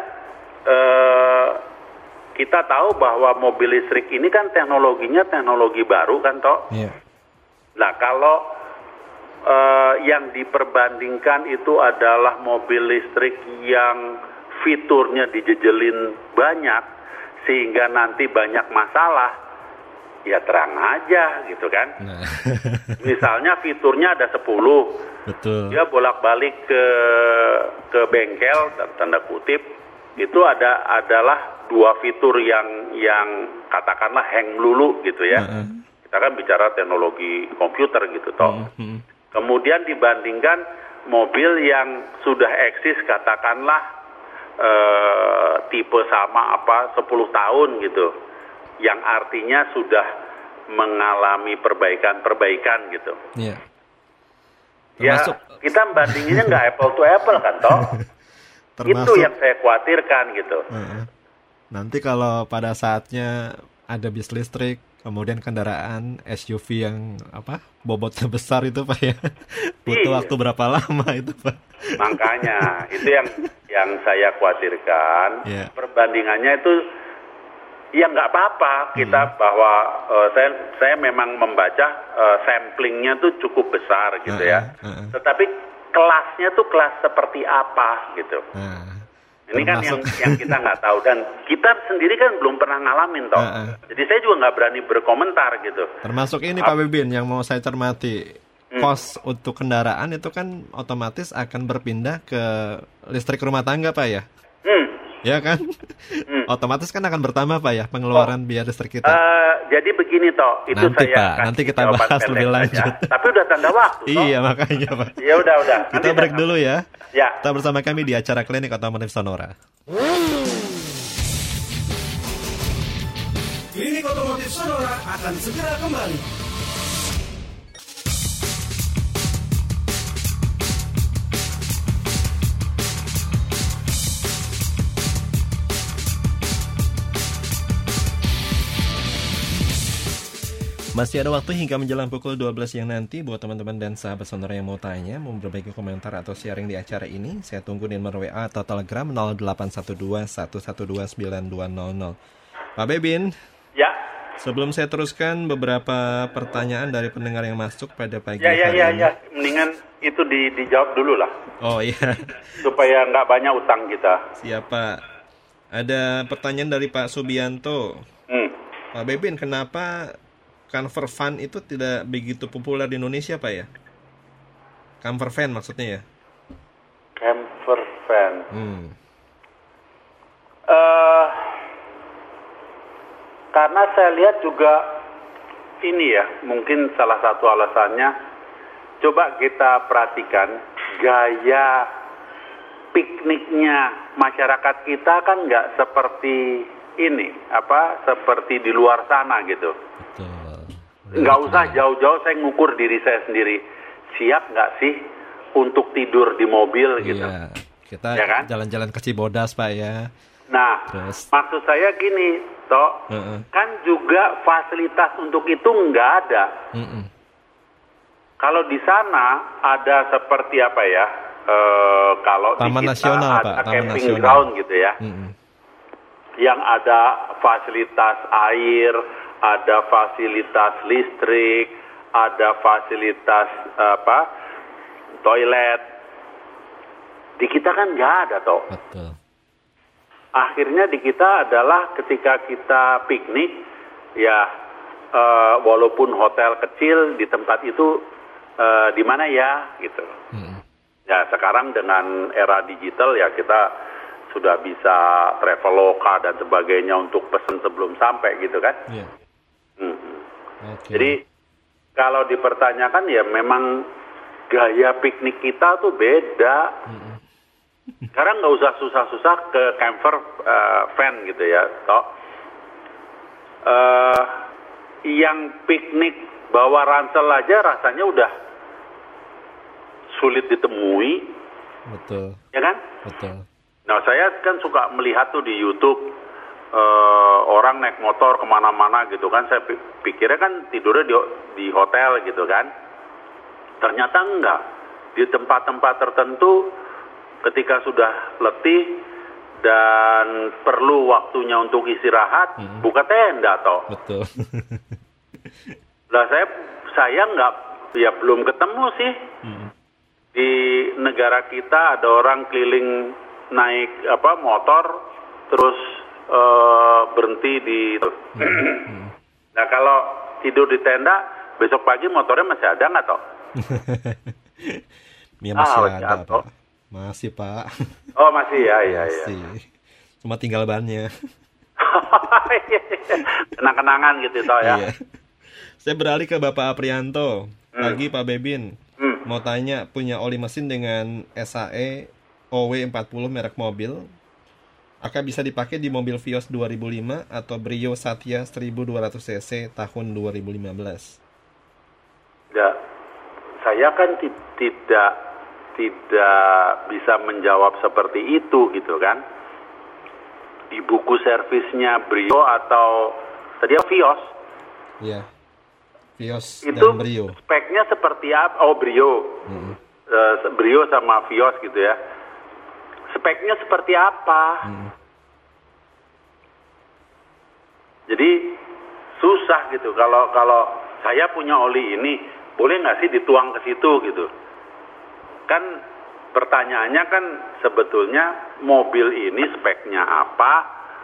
C: kita tahu bahwa mobil listrik ini kan teknologinya teknologi baru kan toh.
B: Yeah.
C: Nah, kalau yang diperbandingkan itu adalah mobil listrik yang fiturnya dijejelin banyak sehingga nanti banyak masalah, ya terang aja gitu kan.
B: Nah.
C: Misalnya fiturnya ada 10,
B: Betul.
C: dia bolak-balik ke bengkel tanda kutip itu adalah 2 fitur yang katakanlah hang melulu gitu ya. Kita kan bicara teknologi komputer gitu toh. Kemudian dibandingkan mobil yang sudah eksis katakanlah tipe sama 10 tahun gitu, yang artinya sudah mengalami perbaikan gitu.
B: Iya.
C: Termasuk, ya kita bandinginnya nggak apple to apple kan toh. Itu yang saya khawatirkan gitu.
B: Nanti kalau pada saatnya ada bis listrik, kemudian kendaraan SUV yang bobotnya besar itu Pak ya, butuh waktu berapa lama itu Pak?
C: Makanya itu yang saya khawatirkan. Perbandingannya itu ya nggak apa-apa kita bahwa saya memang membaca samplingnya tuh cukup besar gitu ya. Tetapi kelasnya tuh kelas seperti apa gitu. Ini kan yang kita nggak tahu dan kita sendiri kan belum pernah ngalamin toh. Jadi saya juga nggak berani berkomentar gitu.
B: Termasuk ini Pak Bebin yang mau saya cermati. Kos untuk kendaraan itu kan otomatis akan berpindah ke listrik rumah tangga Pak ya? Ya kan? Otomatis kan akan bertambah Pak ya pengeluaran biaya listrik kita.
C: Jadi begini toh, itu
B: nanti,
C: saya
B: Pak, nanti kita bahas lebih lanjut.
C: Tapi udah tanda waktu.
B: Iya makanya Pak.
C: Ya udah.
B: Kita break dulu ya.
C: Ya.
B: Kita bersama kami di acara Klinik Otomotif Sonora.
A: Klinik Otomotif Sonora akan segera kembali.
B: Masih ada waktu hingga menjelang pukul 12 yang nanti buat teman-teman dan sahabat Sonora yang mau tanya, mau berbagi komentar atau sharing di acara ini. Saya tunggu di nomor WA atau Telegram 0812-112-9200. Pak Bebin.
C: Ya.
B: Sebelum saya teruskan beberapa pertanyaan dari pendengar yang masuk pada pagi hari ini.
C: Ya. Mendingan itu dijawab dulu lah.
B: Oh iya.
C: Supaya nggak banyak utang kita.
B: Siapa? Ada pertanyaan dari Pak Subianto. Pak Bebin, kenapa camper van itu tidak begitu populer di Indonesia Pak ya? Camper van maksudnya ya?
C: Camper van. Karena saya lihat juga ini ya, mungkin salah satu alasannya, coba kita perhatikan gaya pikniknya masyarakat kita kan nggak seperti ini, seperti di luar sana gitu.
B: Betul.
C: Nggak usah jauh-jauh, saya ngukur diri saya sendiri. Siap nggak sih untuk tidur di mobil gitu?
B: Iya, kita
C: ya kan?
B: Jalan-jalan ke Cibodas Pak ya.
C: Nah, maksud saya gini, toh, kan juga fasilitas untuk itu nggak ada. Kalau di sana ada seperti apa ya? Kalau
B: Taman
C: di kita
B: Nasional,
C: ada
B: Pak. Taman
C: camping
B: Nasional.
C: ground gitu ya, yang ada fasilitas air, ada fasilitas listrik, ada fasilitas toilet. Di kita kan nggak ada toh.
B: Betul.
C: Akhirnya di kita adalah ketika kita piknik, ya walaupun hotel kecil di tempat itu di mana ya gitu. Ya sekarang dengan era digital ya kita sudah bisa Traveloka dan sebagainya untuk pesan sebelum sampai gitu kan.
B: Iya. Okay.
C: Jadi kalau dipertanyakan ya memang gaya piknik kita tuh beda. Sekarang nggak usah susah-susah ke camper van gitu ya, toh. Yang piknik bawa ransel aja rasanya udah sulit ditemui.
B: Betul.
C: Ya kan?
B: Betul.
C: Nah saya kan suka melihat tuh di YouTube orang naik motor kemana-mana gitu kan. Saya pikirnya kan tidurnya di hotel gitu kan. Ternyata enggak. Di tempat-tempat tertentu ketika sudah letih dan perlu waktunya untuk istirahat, buka tenda toh.
B: Betul.
C: Lah saya nggak, ya belum ketemu sih. Di negara kita ada orang keliling naik motor terus berhenti di. Nah kalau tidur di tenda besok pagi motornya masih ada nggak toh?
B: Ya masih ada Pak. Masih Pak.
C: Oh masih ya.
B: Masih. Cuma tinggal bannya.
C: Kenang-kenangan gitu toh ya.
B: Iya. Saya beralih ke Bapak Aprianto. Pagi Pak Bebin. Mau tanya, punya oli mesin dengan SAE OW40 merek mobil. Akan bisa dipakai di mobil Vios 2005 atau Brio Satya 1200 cc tahun 2015?
C: Ya, saya kan tidak bisa menjawab seperti itu gitu kan. Di buku servisnya Brio atau tadi Vios.
B: Iya. Vios
C: itu
B: dan Brio.
C: Speknya seperti apa? Oh Brio. Brio sama Vios gitu ya. Speknya seperti apa? Jadi susah gitu. Kalau saya punya oli ini, boleh nggak sih dituang ke situ gitu? Kan pertanyaannya kan sebetulnya mobil ini speknya apa?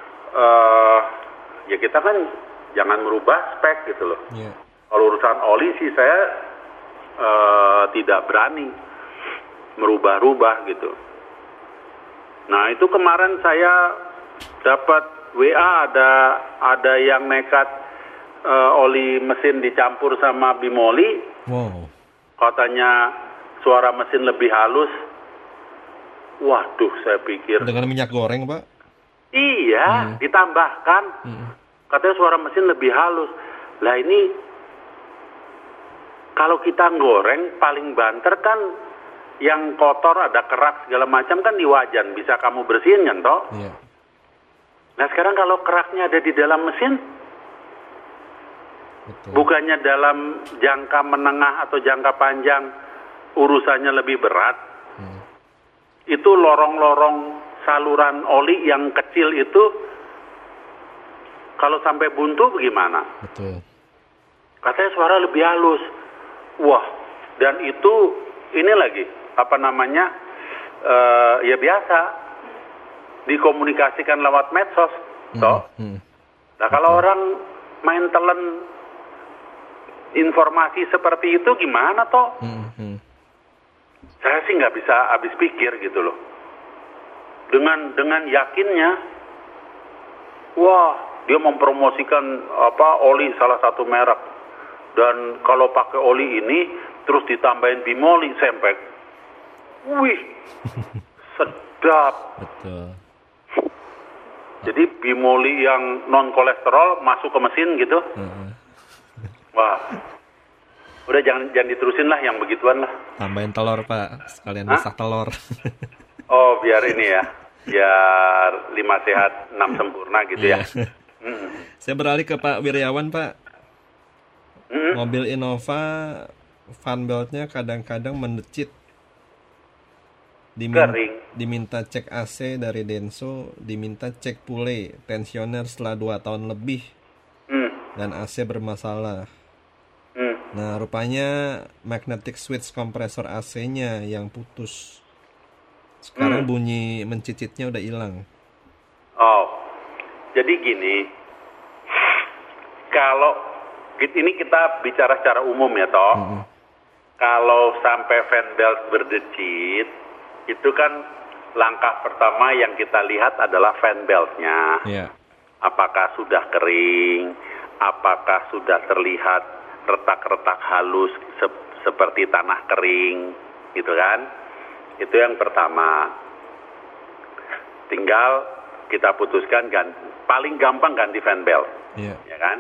C: Ya kita kan jangan merubah spek gitu loh.
B: Yeah.
C: Kalau urusan oli sih saya tidak berani merubah-rubah gitu. Nah itu kemarin saya dapat WA ada yang nekat oli mesin dicampur sama bimoli.
B: Wow.
C: Katanya suara mesin lebih halus. Waduh, saya pikir.
B: Dengan minyak goreng, Pak?
C: Iya, ditambahkan. Katanya suara mesin lebih halus. Lah ini kalau kita goreng paling banter kan yang kotor ada kerak segala macam kan di wajan bisa kamu bersihin kan toh?
B: Iya.
C: Nah sekarang kalau keraknya ada di dalam mesin,
B: Betul.
C: bukannya dalam jangka menengah atau jangka panjang urusannya lebih berat? Itu lorong-lorong saluran oli yang kecil itu kalau sampai buntu bagaimana?
B: Betul.
C: Katanya suara lebih halus. Wah, dan itu ini lagi ya biasa dikomunikasikan lewat medsos, toh. Nah kalau orang main telan informasi seperti itu gimana toh? Saya sih nggak bisa habis pikir gitu loh. Dengan yakinnya, wah dia mempromosikan oli salah satu merek. Dan kalau pakai oli ini terus ditambahin bimoli sempek. Wih, sedap.
B: Betul.
C: Jadi bimoli yang non kolesterol masuk ke mesin gitu. Wah. Udah jangan diterusin lah yang begituan lah.
B: Tambahin telur, Pak. Sekalian masak telur.
C: Oh, biar ini ya. Biar 5 sehat 6 sempurna gitu ya.
B: Saya beralih ke Pak Wiryawan, Pak. Mobil Innova fan beltnya kadang-kadang mendecit. Diminta cek AC dari Denso, diminta cek pule tensioner setelah 2 tahun lebih. Dan AC bermasalah. Nah, rupanya magnetic switch kompresor AC-nya yang putus. Sekarang bunyi mencicitnya udah hilang.
C: Oh, jadi gini, kalau ini kita bicara secara umum ya toh, kalau sampai fan belt berdecit, itu kan langkah pertama yang kita lihat adalah fan beltnya.
B: Yeah.
C: Apakah sudah kering, apakah sudah terlihat retak-retak halus seperti tanah kering, gitu kan? Itu yang pertama. Tinggal kita putuskan paling gampang ganti fan belt, ya kan?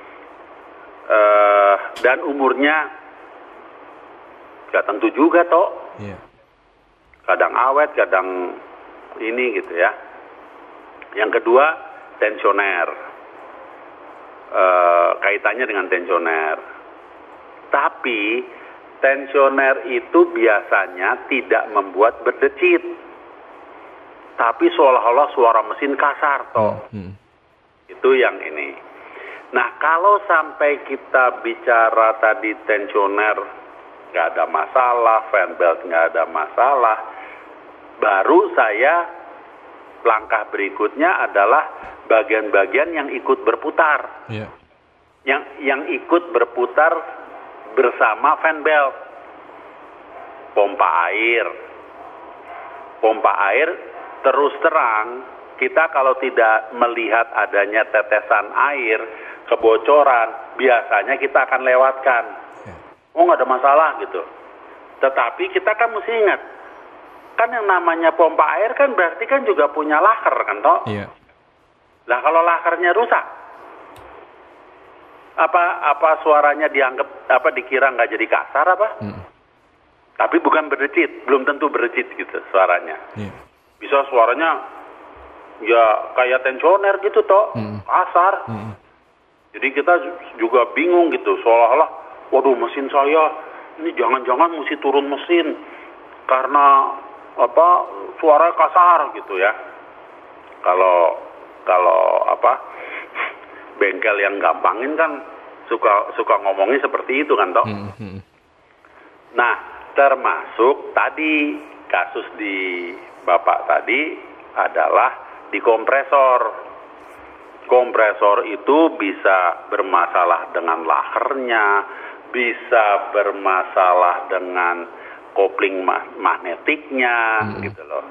C: Dan umurnya gak tentu juga toh. Kadang awet, kadang ini gitu ya. Yang kedua, tensioner. Kaitannya dengan tensioner. Tapi tensioner itu biasanya tidak membuat berdecit. Tapi seolah-olah suara mesin kasar toh. Itu yang ini. Nah, kalau sampai kita bicara tadi tensioner nggak ada masalah, fan belt nggak ada masalah, baru saya langkah berikutnya adalah bagian-bagian yang ikut berputar. Yang ikut berputar bersama fan belt. Pompa air terus terang, kita kalau tidak melihat adanya tetesan air, kebocoran, biasanya kita akan lewatkan. Oh, nggak ada masalah gitu. Tetapi kita kan mesti ingat, kan yang namanya pompa air kan berarti kan juga punya laker kan toh? Lah kalau lakernya rusak, apa suaranya dianggap dikira nggak jadi kasar apa? Tapi bukan berdecit, belum tentu berdecit gitu suaranya. Bisa suaranya ya kayak tensioner gitu toh, kasar. Jadi kita juga bingung gitu, seolah-olah, waduh mesin saya ini jangan-jangan mesti turun mesin karena suara kasar gitu ya. Kalau bengkel yang gampangin kan suka ngomongnya seperti itu kan toh. Nah, termasuk tadi kasus di Bapak tadi adalah di kompresor. Kompresor itu bisa bermasalah dengan lakernya, bisa bermasalah dengan kopling magnetiknya, gitu loh.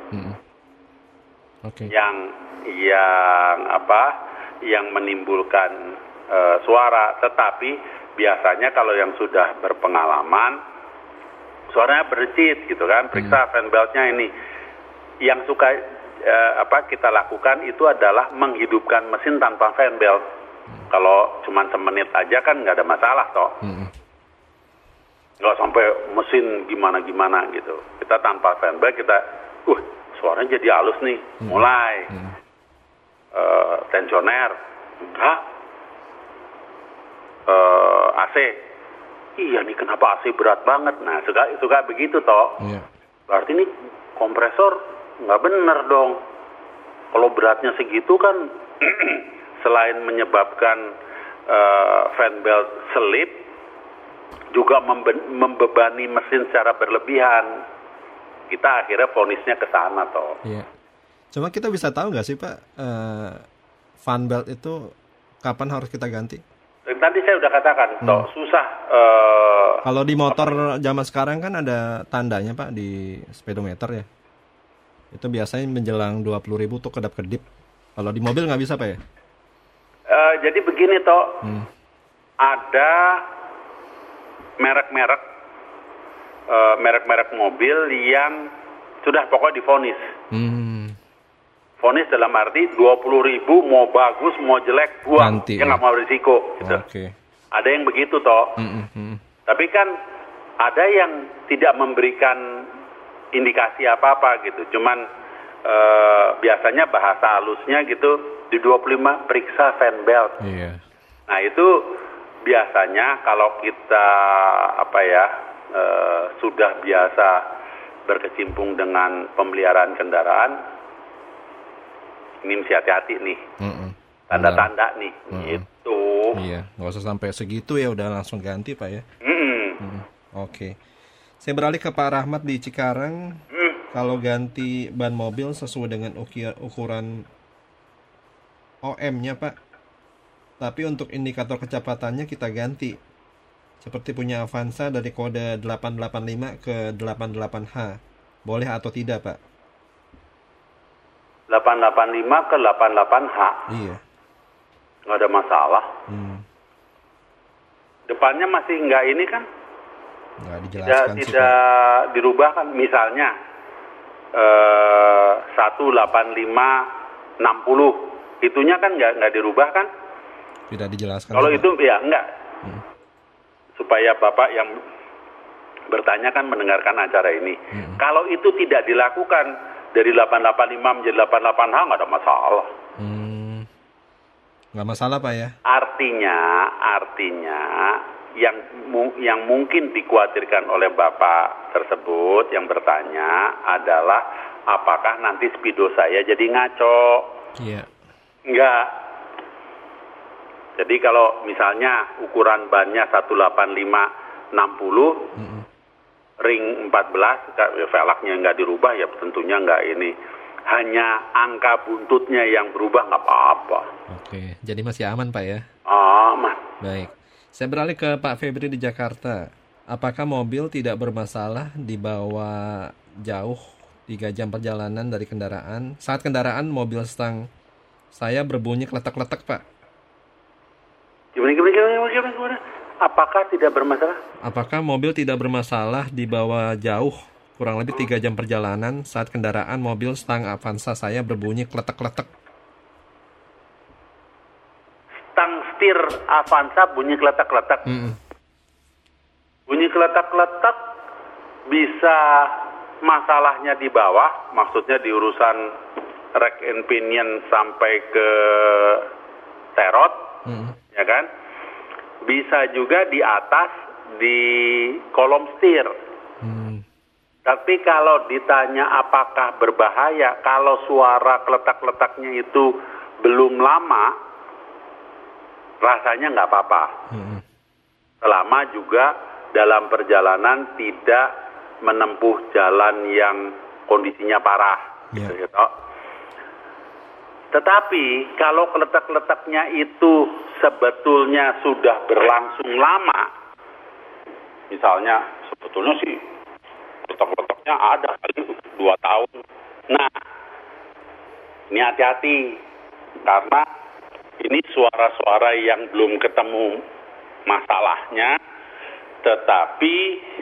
C: Yang menimbulkan suara. Tetapi biasanya kalau yang sudah berpengalaman, suaranya berdecit gitu kan. Periksa fan beltnya ini. Yang suka kita lakukan itu adalah menghidupkan mesin tanpa fan belt. Kalau cuma semenit aja kan nggak ada masalah toh. Nggak sampai mesin gimana-gimana gitu. Kita tanpa fan belt, kita suaranya jadi halus nih. Mulai tensioner enggak, AC iya nih kenapa AC berat banget. Nah suka begitu toh. Berarti ini kompresor nggak bener dong. Kalau beratnya segitu kan selain menyebabkan fan belt selip, juga membebani mesin secara berlebihan. Kita akhirnya vonisnya ke sana toh.
B: Cuma kita bisa tahu nggak sih Pak, fan belt itu kapan harus kita ganti?
C: Tadi saya udah katakan toh, susah.
B: Kalau di motor zaman sekarang kan ada tandanya Pak di speedometer ya. Itu biasanya menjelang 20.000 tuh kedap-kedip. Kalau di mobil nggak bisa Pak ya?
C: Jadi begini toh, ada merek-merek mobil yang sudah pokoknya divonis. Vonis dalam arti 20.000 mau bagus mau jelek buang, dia nggak mau risiko. Gitu. Ada yang begitu toh. Tapi kan ada yang tidak memberikan indikasi apa-apa gitu. Cuman biasanya bahasa halusnya gitu, di 25 periksa fan belt. Nah itu biasanya kalau kita sudah biasa berkecimpung dengan pemeliharaan kendaraan, ini mesti hati-hati nih. Tanda-tanda nih. Gitu.
B: Iya, nggak usah sampai segitu ya, udah langsung ganti Pak ya. Oke. Saya beralih ke Pak Rahmat di Cikarang. Kalau ganti ban mobil sesuai dengan ukuran OM-nya, Pak. Tapi untuk indikator kecepatannya kita ganti. Seperti punya Avanza dari kode 885 ke 88H. Boleh atau tidak, Pak?
C: 885 ke 88H.
B: Iya.
C: Nggak ada masalah. Depannya masih nggak ini kan?
B: Nggak dijelaskan sih,
C: Tidak
B: Pak.
C: dirubah kan? Misalnya 18560 itunya kan nggak dirubah kan?
B: Tidak dijelaskan.
C: Kalau
B: sih,
C: itu
B: Pak.
C: ya enggak. Supaya Bapak yang bertanya kan mendengarkan acara ini. Kalau itu tidak dilakukan dari 885 menjadi 88H nggak ada masalah.
B: Nggak masalah, Pak ya?
C: Artinya yang mungkin dikhawatirkan oleh Bapak tersebut yang bertanya adalah apakah nanti speedo saya jadi ngaco?
B: Iya.
C: Enggak. Jadi kalau misalnya ukuran bannya 18560 ring 14, velgnya nggak dirubah ya tentunya nggak ini. Hanya angka buntutnya yang berubah nggak apa-apa.
B: Oke, jadi masih aman, Pak ya?
C: Aman.
B: Baik. Saya beralih ke Pak Febri di Jakarta. Apakah mobil tidak bermasalah dibawa jauh 3 jam perjalanan dari kendaraan? Saat kendaraan mobil stang saya berbunyi kletek-kletek, Pak.
C: Gimana? Apakah tidak bermasalah?
B: Apakah mobil tidak bermasalah dibawa jauh kurang lebih 3 jam perjalanan saat kendaraan mobil stang Avanza saya berbunyi kletek-kletek?
C: Stang setir Avanza bunyi kletak-kletak. Bunyi kletak-kletak bisa masalahnya di bawah, maksudnya di urusan rack and pinion sampai ke serot, ya kan? Bisa juga di atas di kolom setir. Tapi kalau ditanya apakah berbahaya, kalau suara kletak-kletaknya itu belum lama, rasanya nggak apa-apa. Selama juga dalam perjalanan tidak menempuh jalan yang kondisinya parah. Gitu. Tetapi kalau kletak-kletaknya itu sebetulnya sudah berlangsung lama, misalnya sebetulnya sih kletak-kletaknya ada kali 2 tahun. Nah, ini hati-hati karena ini suara-suara yang belum ketemu masalahnya, tetapi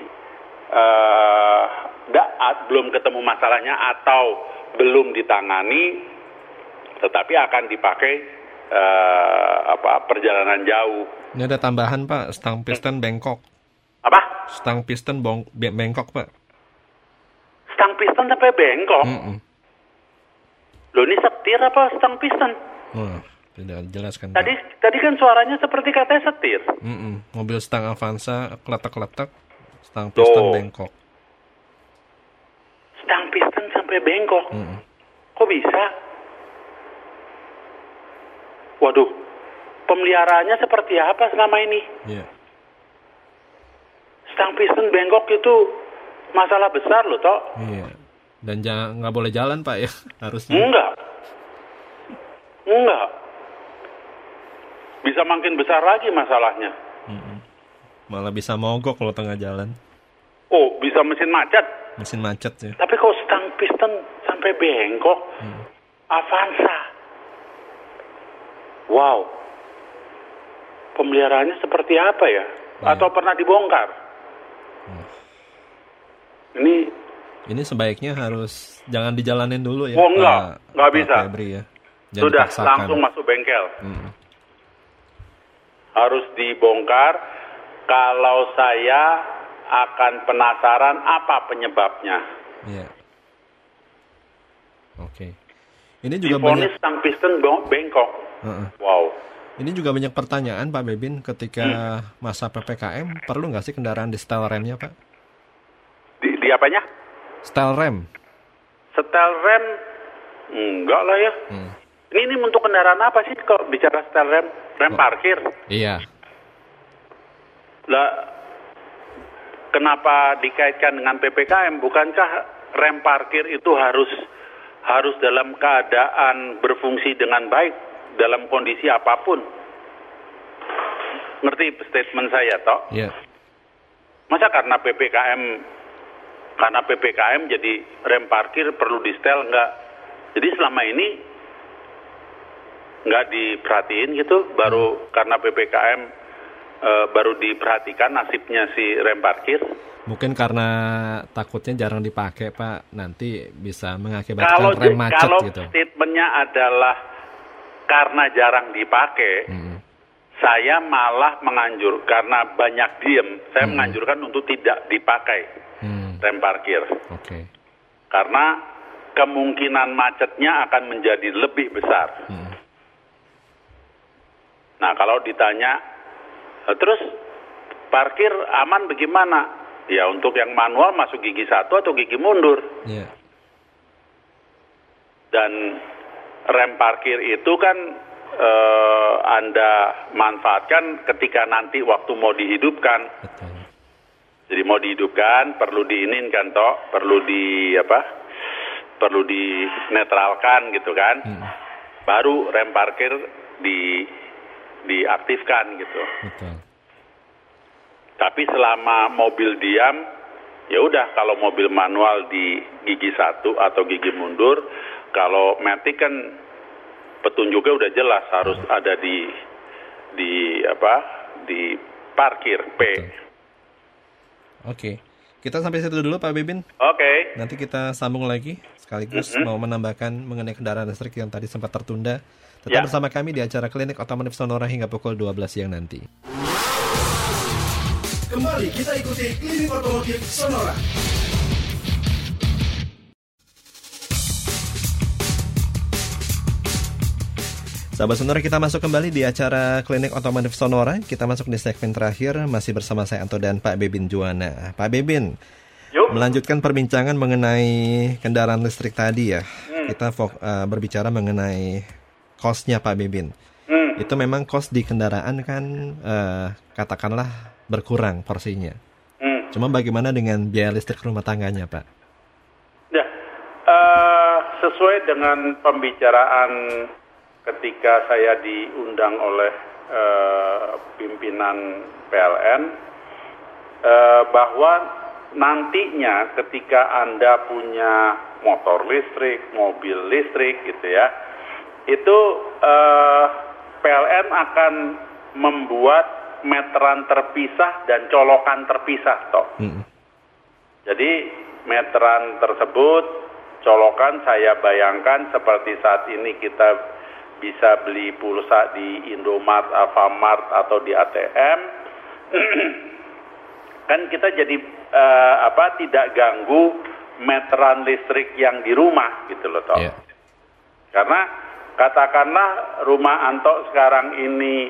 C: belum ketemu masalahnya atau belum ditangani, tetapi akan dipakai perjalanan jauh.
B: Ini ada tambahan, Pak, stang piston bengkok.
C: Apa?
B: Stang piston bengkok, Pak.
C: Stang piston sampai bengkok? Loh, ini setir apa stang piston?
B: Tidak dijelaskan.
C: Tadi kan suaranya seperti katanya setir.
B: Mobil stang Avanza kletak-kletak, stang piston bengkok.
C: Stang piston sampai bengkok? Kok bisa? Waduh, pemeliharaannya seperti apa selama ini?
B: Iya.
C: Stang piston bengkok itu masalah besar loh, toh?
B: Iya. Dan nggak boleh jalan, Pak ya, harusnya.
C: Enggak. Bisa makin besar lagi masalahnya.
B: Malah bisa mogok kalau tengah jalan.
C: Oh, bisa mesin macet.
B: Mesin macet ya.
C: Tapi kok stang piston sampai bengkok? Avanza. Wow. Pemeliharaannya seperti apa ya? Atau pernah dibongkar?
B: Ini sebaiknya harus jangan dijalanin dulu ya.
C: Oh enggak bisa.
B: Febri ya. Jangan
C: Sudah
B: dipaksakan.
C: langsung masuk bengkel. Harus dibongkar. Kalau saya akan penasaran apa penyebabnya.
B: Iya. Oke. Ini juga
C: divonis stang piston bengkok. Wow.
B: Ini juga banyak pertanyaan Pak Bebin ketika masa PPKM, perlu nggak sih kendaraan di setel remnya Pak?
C: Di apanya?
B: Setel rem.
C: Setel rem? Enggak lah ya. Ini untuk kendaraan apa sih kalau bicara setel rem? Rem parkir?
B: Iya.
C: Lah, kenapa dikaitkan dengan PPKM? Bukankah rem parkir itu harus dalam keadaan berfungsi dengan baik dalam kondisi apapun? Ngerti statement saya, toh?
B: Iya.
C: Masa karena PPKM jadi rem parkir perlu di-setel, enggak? Jadi selama ini enggak diperhatiin gitu, baru karena PPKM baru diperhatikan nasibnya si rem parkir.
B: Mungkin karena takutnya jarang dipakai, Pak, nanti bisa mengakibatkan rem macet gitu.
C: Kalau statementnya adalah karena jarang dipakai, saya malah menganjurkan, karena banyak diem, saya menganjurkan untuk tidak dipakai rem parkir.
B: Oke.
C: Karena kemungkinan macetnya akan menjadi lebih besar. Nah, kalau ditanya, terus parkir aman bagaimana? Ya, untuk yang manual masuk gigi 1 atau gigi mundur.
B: Iya.
C: Dan rem parkir itu kan Anda manfaatkan ketika nanti waktu mau dihidupkan.
B: Betul.
C: Jadi mau dihidupkan perlu diininkan toh, perlu dinetralkan gitu kan. Baru rem parkir diaktifkan gitu.
B: Betul.
C: Tapi selama mobil diam, ya udah, kalau mobil manual di gigi 1 atau gigi mundur, kalau matic kan petunjuknya udah jelas harus ada di parkir P.
B: Betul. Oke. Kita sampai situ dulu, Pak Bebin.
C: Oke.
B: Nanti kita sambung lagi sekaligus mau menambahkan mengenai kendaraan listrik yang tadi sempat tertunda. Tetap bersama kami di acara Klinik Otomotif Sonora hingga pukul 12 siang nanti.
A: Kembali kita ikuti Klinik Otomotif Sonora.
B: Sahabat Sonora, kita masuk kembali di acara Klinik Otomotif Sonora. Kita masuk di segmen terakhir, masih bersama saya Anto dan Pak Bebin Juwana. Pak Bebin, melanjutkan perbincangan mengenai kendaraan listrik tadi ya. Kita berbicara mengenai cost-nya, Pak Bebin. Itu memang cost di kendaraan kan katakanlah berkurang porsinya. Cuma bagaimana dengan biaya listrik rumah tangganya, Pak?
C: Ya, sesuai dengan pembicaraan ketika saya diundang oleh pimpinan PLN, bahwa nantinya ketika Anda punya motor listrik, mobil listrik gitu ya, itu PLN akan membuat meteran terpisah dan colokan terpisah toh. Jadi meteran tersebut, colokan saya bayangkan seperti saat ini kita bisa beli pulsa di Indomart, Alfamart atau di ATM. Kan kita jadi tidak ganggu meteran listrik yang di rumah gitu loh toh. Yeah. Karena katakanlah rumah Anto sekarang ini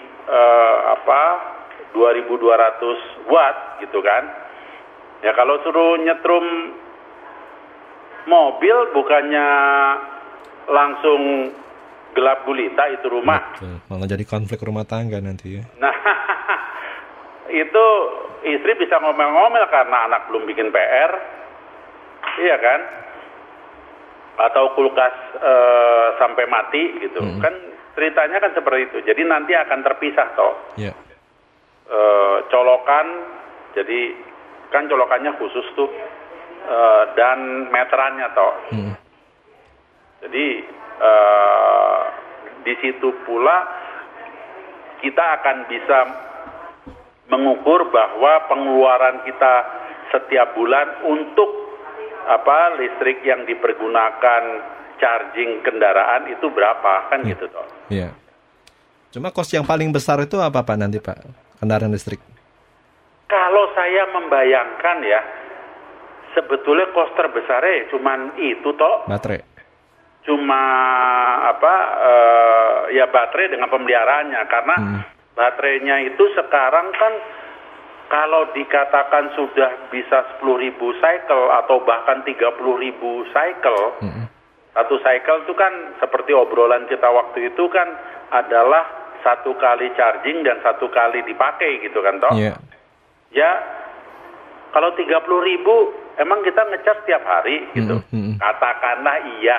C: 2200 watt gitu kan. Ya kalau suruh nyetrum mobil bukannya langsung gelap gulita itu rumah.
B: Betul. Malah jadi konflik rumah tangga nanti ya.
C: Nah, itu istri bisa ngomel-ngomel karena anak belum bikin PR. Iya kan? Atau kulkas sampai mati gitu. Kan ceritanya kan seperti itu. Jadi nanti akan terpisah toh.
B: Yeah.
C: Colokan, jadi kan colokannya khusus tuh, dan meterannya toh. Jadi di situ pula kita akan bisa mengukur bahwa pengeluaran kita setiap bulan untuk listrik yang dipergunakan charging kendaraan itu berapa kan gitu toh.
B: Iya. Cuma cost yang paling besar itu apa Pak nanti Pak kendaraan listrik?
C: Kalau saya membayangkan ya, sebetulnya cost terbesarnya cuman itu toh.
B: Baterai.
C: Cuma ya baterai dengan pemeliharaannya, karena baterainya itu sekarang kan kalau dikatakan sudah bisa 10.000 cycle atau bahkan 30.000 cycle, satu cycle itu kan seperti obrolan kita waktu itu kan adalah 1 kali charging dan 1 kali dipakai gitu kan toh. Yeah. Ya Kalau 30.000 emang kita ngecas tiap hari gitu. Katakanlah iya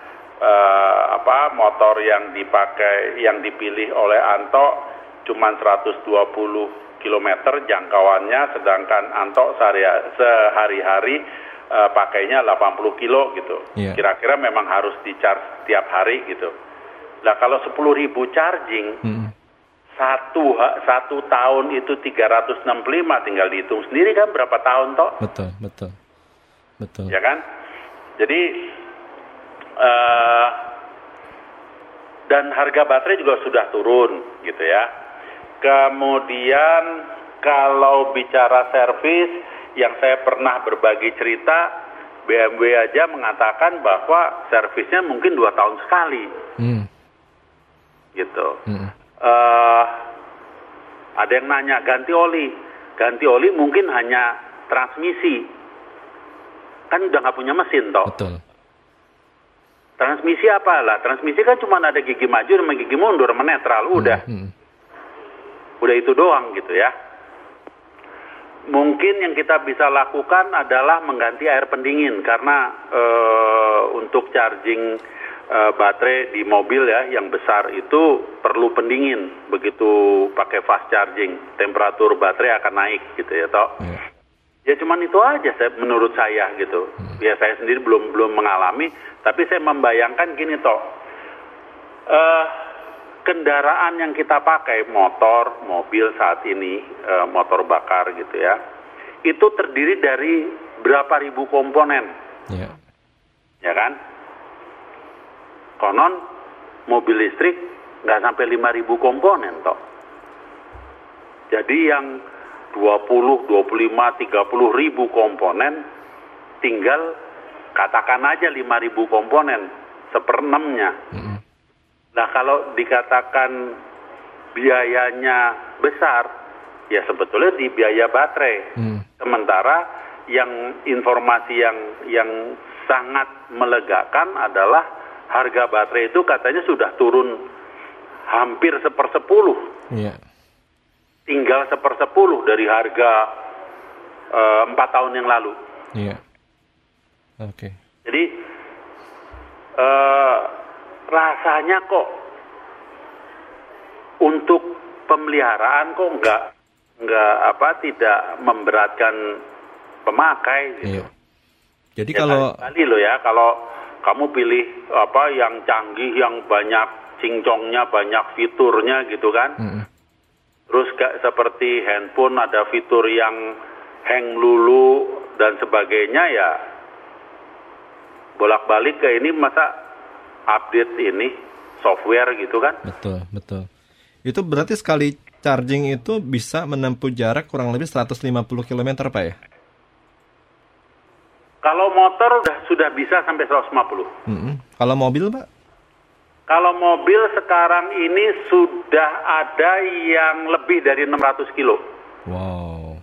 C: motor yang dipakai, yang dipilih oleh Anto cuma 120 km jangkauannya, sedangkan Anto sehari-hari pakainya 80 kilo gitu.
B: Yeah.
C: Kira-kira memang harus di-charge tiap hari gitu. Nah kalau 10.000 charging, satu tahun itu 365, tinggal dihitung sendiri kan berapa tahun toh?
B: Betul.
C: Ya kan? Jadi dan harga baterai juga sudah turun gitu ya. Kemudian kalau bicara servis, yang saya pernah berbagi cerita, BMW aja mengatakan bahwa servisnya mungkin 2 tahun sekali. Gitu. Ada yang nanya ganti oli mungkin hanya transmisi, kan udah nggak punya mesin toh.
B: Betul.
C: Transmisi apalah? Transmisi kan cuma ada gigi maju sama gigi mundur, sama netral, udah itu doang gitu ya. Mungkin yang kita bisa lakukan adalah mengganti air pendingin, karena untuk charging baterai di mobil ya yang besar itu perlu pendingin. Begitu pakai fast charging, temperatur baterai akan naik gitu ya toh. Ya cuman itu aja menurut saya gitu. Ya saya sendiri belum mengalami, tapi saya membayangkan gini toh. Kendaraan yang kita pakai, motor, mobil saat ini, motor bakar gitu ya, itu terdiri dari berapa ribu komponen. Ya kan? Konon mobil listrik nggak sampai 5.000 komponen toh. Jadi yang 20, 25, 30 ribu komponen, tinggal katakan aja 5.000 komponen, 1/6-nya. Nah kalau dikatakan biayanya besar, ya sebetulnya di biaya baterai. Sementara yang informasi yang sangat melegakan adalah harga baterai itu katanya sudah turun hampir 1/10. Tinggal 1/10 dari harga 4 tahun yang lalu. Jadi rasanya kok untuk pemeliharaan kok tidak memberatkan pemakai gitu.
B: Jadi
C: ya,
B: kalau
C: loh ya, kalau kamu pilih yang canggih, yang banyak cincongnya, banyak fiturnya gitu kan. Terus seperti handphone ada fitur yang hang lulu dan sebagainya, ya bolak-balik ke ini masa update ini software gitu kan.
B: Betul. Itu berarti sekali charging itu bisa menempuh jarak kurang lebih 150 km Pak ya?
C: Kalau motor sudah bisa sampai 150.
B: Kalau mobil Pak?
C: Kalau mobil sekarang ini sudah ada yang lebih dari 600 kilo.
B: Wow.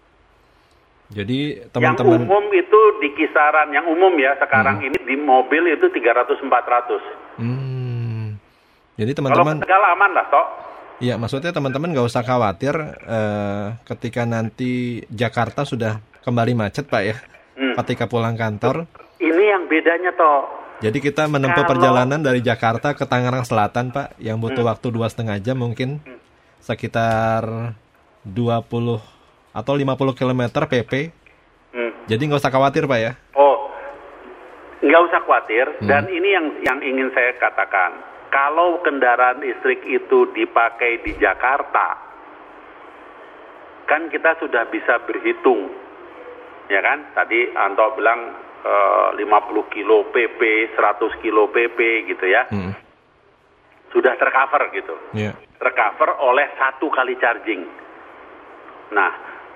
B: Jadi teman-teman...
C: Yang umum itu di kisaran, yang umum ya sekarang ini di mobil itu 300-400.
B: Jadi teman-teman...
C: Kalau Tegal aman lah toh.
B: Iya, maksudnya teman-teman nggak usah khawatir ketika nanti Jakarta sudah kembali macet Pak ya. Ketika pulang kantor.
C: Ini yang bedanya toh.
B: Jadi kita menempuh perjalanan dari Jakarta ke Tangerang Selatan Pak, yang butuh waktu 2,5 jam mungkin, sekitar 20 atau 50 km PP. Jadi nggak usah khawatir Pak ya?
C: Oh, nggak usah khawatir. Dan ini yang ingin saya katakan, kalau kendaraan listrik itu dipakai di Jakarta, kan kita sudah bisa berhitung, ya kan? Tadi Anto bilang 50 kilo PP, 100 kilo PP gitu ya. Sudah tercover gitu. Tercover oleh 1 kali charging. Nah,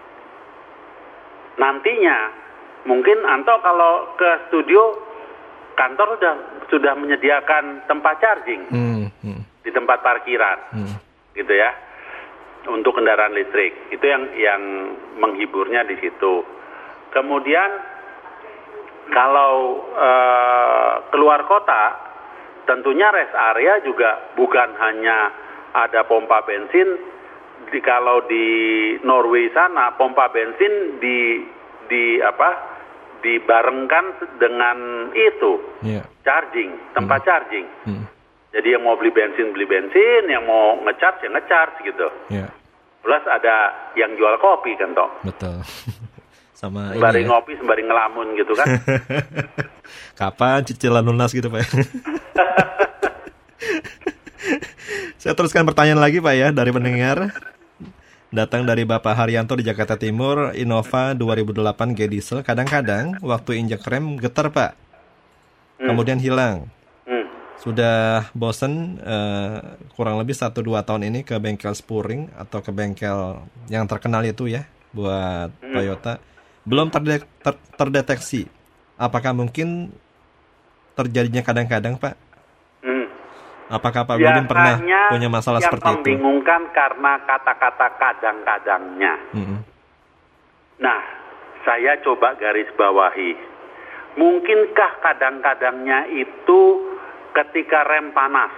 C: nantinya mungkin Anto kalau ke studio, kantor sudah menyediakan tempat charging di tempat parkiran, gitu ya, untuk kendaraan listrik. Itu yang menghiburnya di situ. Kemudian kalau keluar kota, tentunya rest area juga bukan hanya ada pompa bensin. Kalau di Norway sana, pompa bensin dibarengkan dengan itu charging, tempat charging. Jadi yang mau beli bensin, yang mau ngecharge ya ngecharge gitu. Plus ada yang jual kopi kan toh.
B: Betul. Sama
C: sembari
B: ini ya.
C: Ngopi sembari ngelamun gitu kan.
B: Kapan cicilan lunas gitu Pak? Saya teruskan pertanyaan lagi Pak ya dari pendengar. Datang dari Bapak Haryanto di Jakarta Timur, Innova 2008 G diesel. Kadang-kadang waktu injak rem getar Pak, kemudian hilang. Sudah bosen kurang lebih 1-2 tahun ini ke bengkel Spuring atau ke bengkel yang terkenal itu ya buat Toyota. Belum terdeteksi. Apakah mungkin terjadinya kadang-kadang Pak? Apakah Pak Budin pernah punya masalah seperti itu?
C: Yang membingungkan karena kata-kata kadang-kadangnya. Nah, saya coba garis bawahi. Mungkinkah kadang-kadangnya itu ketika rem panas?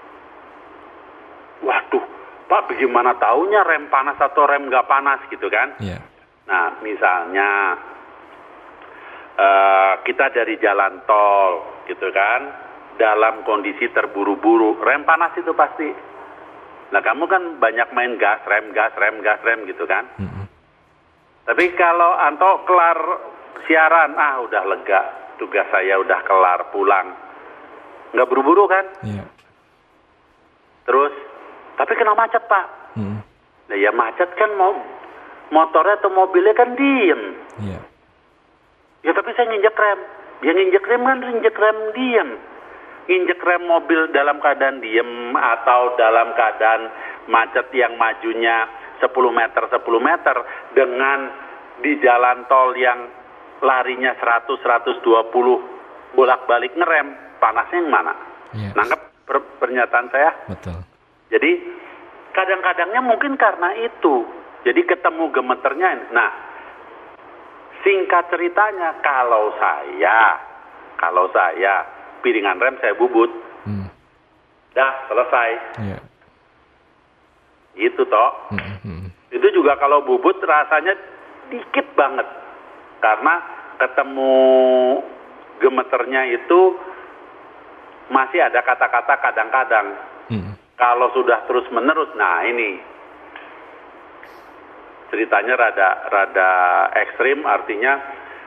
C: Waduh, Pak bagaimana taunya rem panas atau rem nggak panas gitu kan? Nah, misalnya kita dari jalan tol gitu kan, dalam kondisi terburu-buru, rem panas itu pasti. Nah, kamu kan banyak main gas rem gitu kan. Tapi kalau Anto kelar siaran, udah lega, tugas saya udah kelar, pulang. Nggak buru-buru kan? Terus, tapi kena macet Pak. Nah ya macet kan motornya atau mobilnya kan diem. Ya tapi saya nginjek rem. Dia nginjek rem kan nginjek rem diem. Injek rem mobil dalam keadaan diem atau dalam keadaan macet yang majunya 10 meter dengan di jalan tol yang larinya 100-120 bolak-balik ngerem, panasnya yang mana? Nangkep pernyataan saya?
B: Betul.
C: Jadi kadang-kadangnya mungkin karena itu. Jadi ketemu gemeternya. Nah, singkat ceritanya kalau saya piringan rem saya bubut. Dah selesai. Itu toh. Itu juga kalau bubut rasanya dikit banget. Karena ketemu gemeternya itu masih ada kata-kata kadang-kadang. Kalau sudah terus-menerus, nah ini ceritanya rada ekstrim, artinya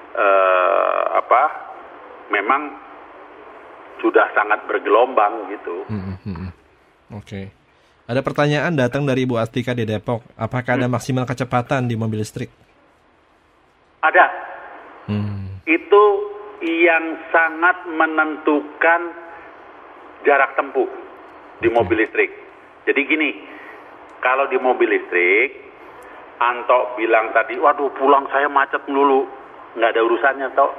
C: memang sudah sangat bergelombang gitu.
B: Oke. Ada pertanyaan datang dari Ibu Astika di Depok. Apakah ada maksimal kecepatan di mobil listrik?
C: Ada. Itu yang sangat menentukan jarak tempuh di mobil listrik. Jadi gini, kalau di mobil listrik, Anto bilang tadi, waduh pulang saya macet melulu. Nggak ada urusannya toh.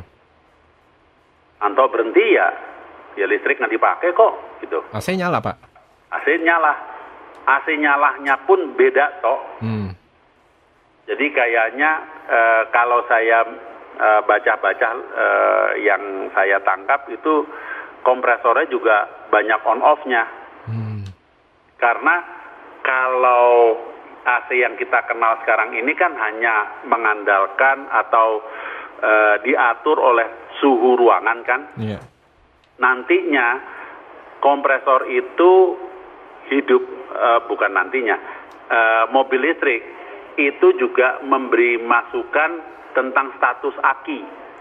C: Anto berhenti ya listrik nggak dipakai kok gitu.
B: AC nyala Pak?
C: AC nyala. AC nyalahnya pun beda toh. Jadi kayaknya kalau saya baca-baca yang saya tangkap itu kompresornya juga banyak on off-nya. Karena kalau AC yang kita kenal sekarang ini kan hanya mengandalkan atau diatur oleh suhu ruangan kan. Nantinya kompresor itu hidup, bukan nantinya, mobil listrik itu juga memberi masukan tentang status aki.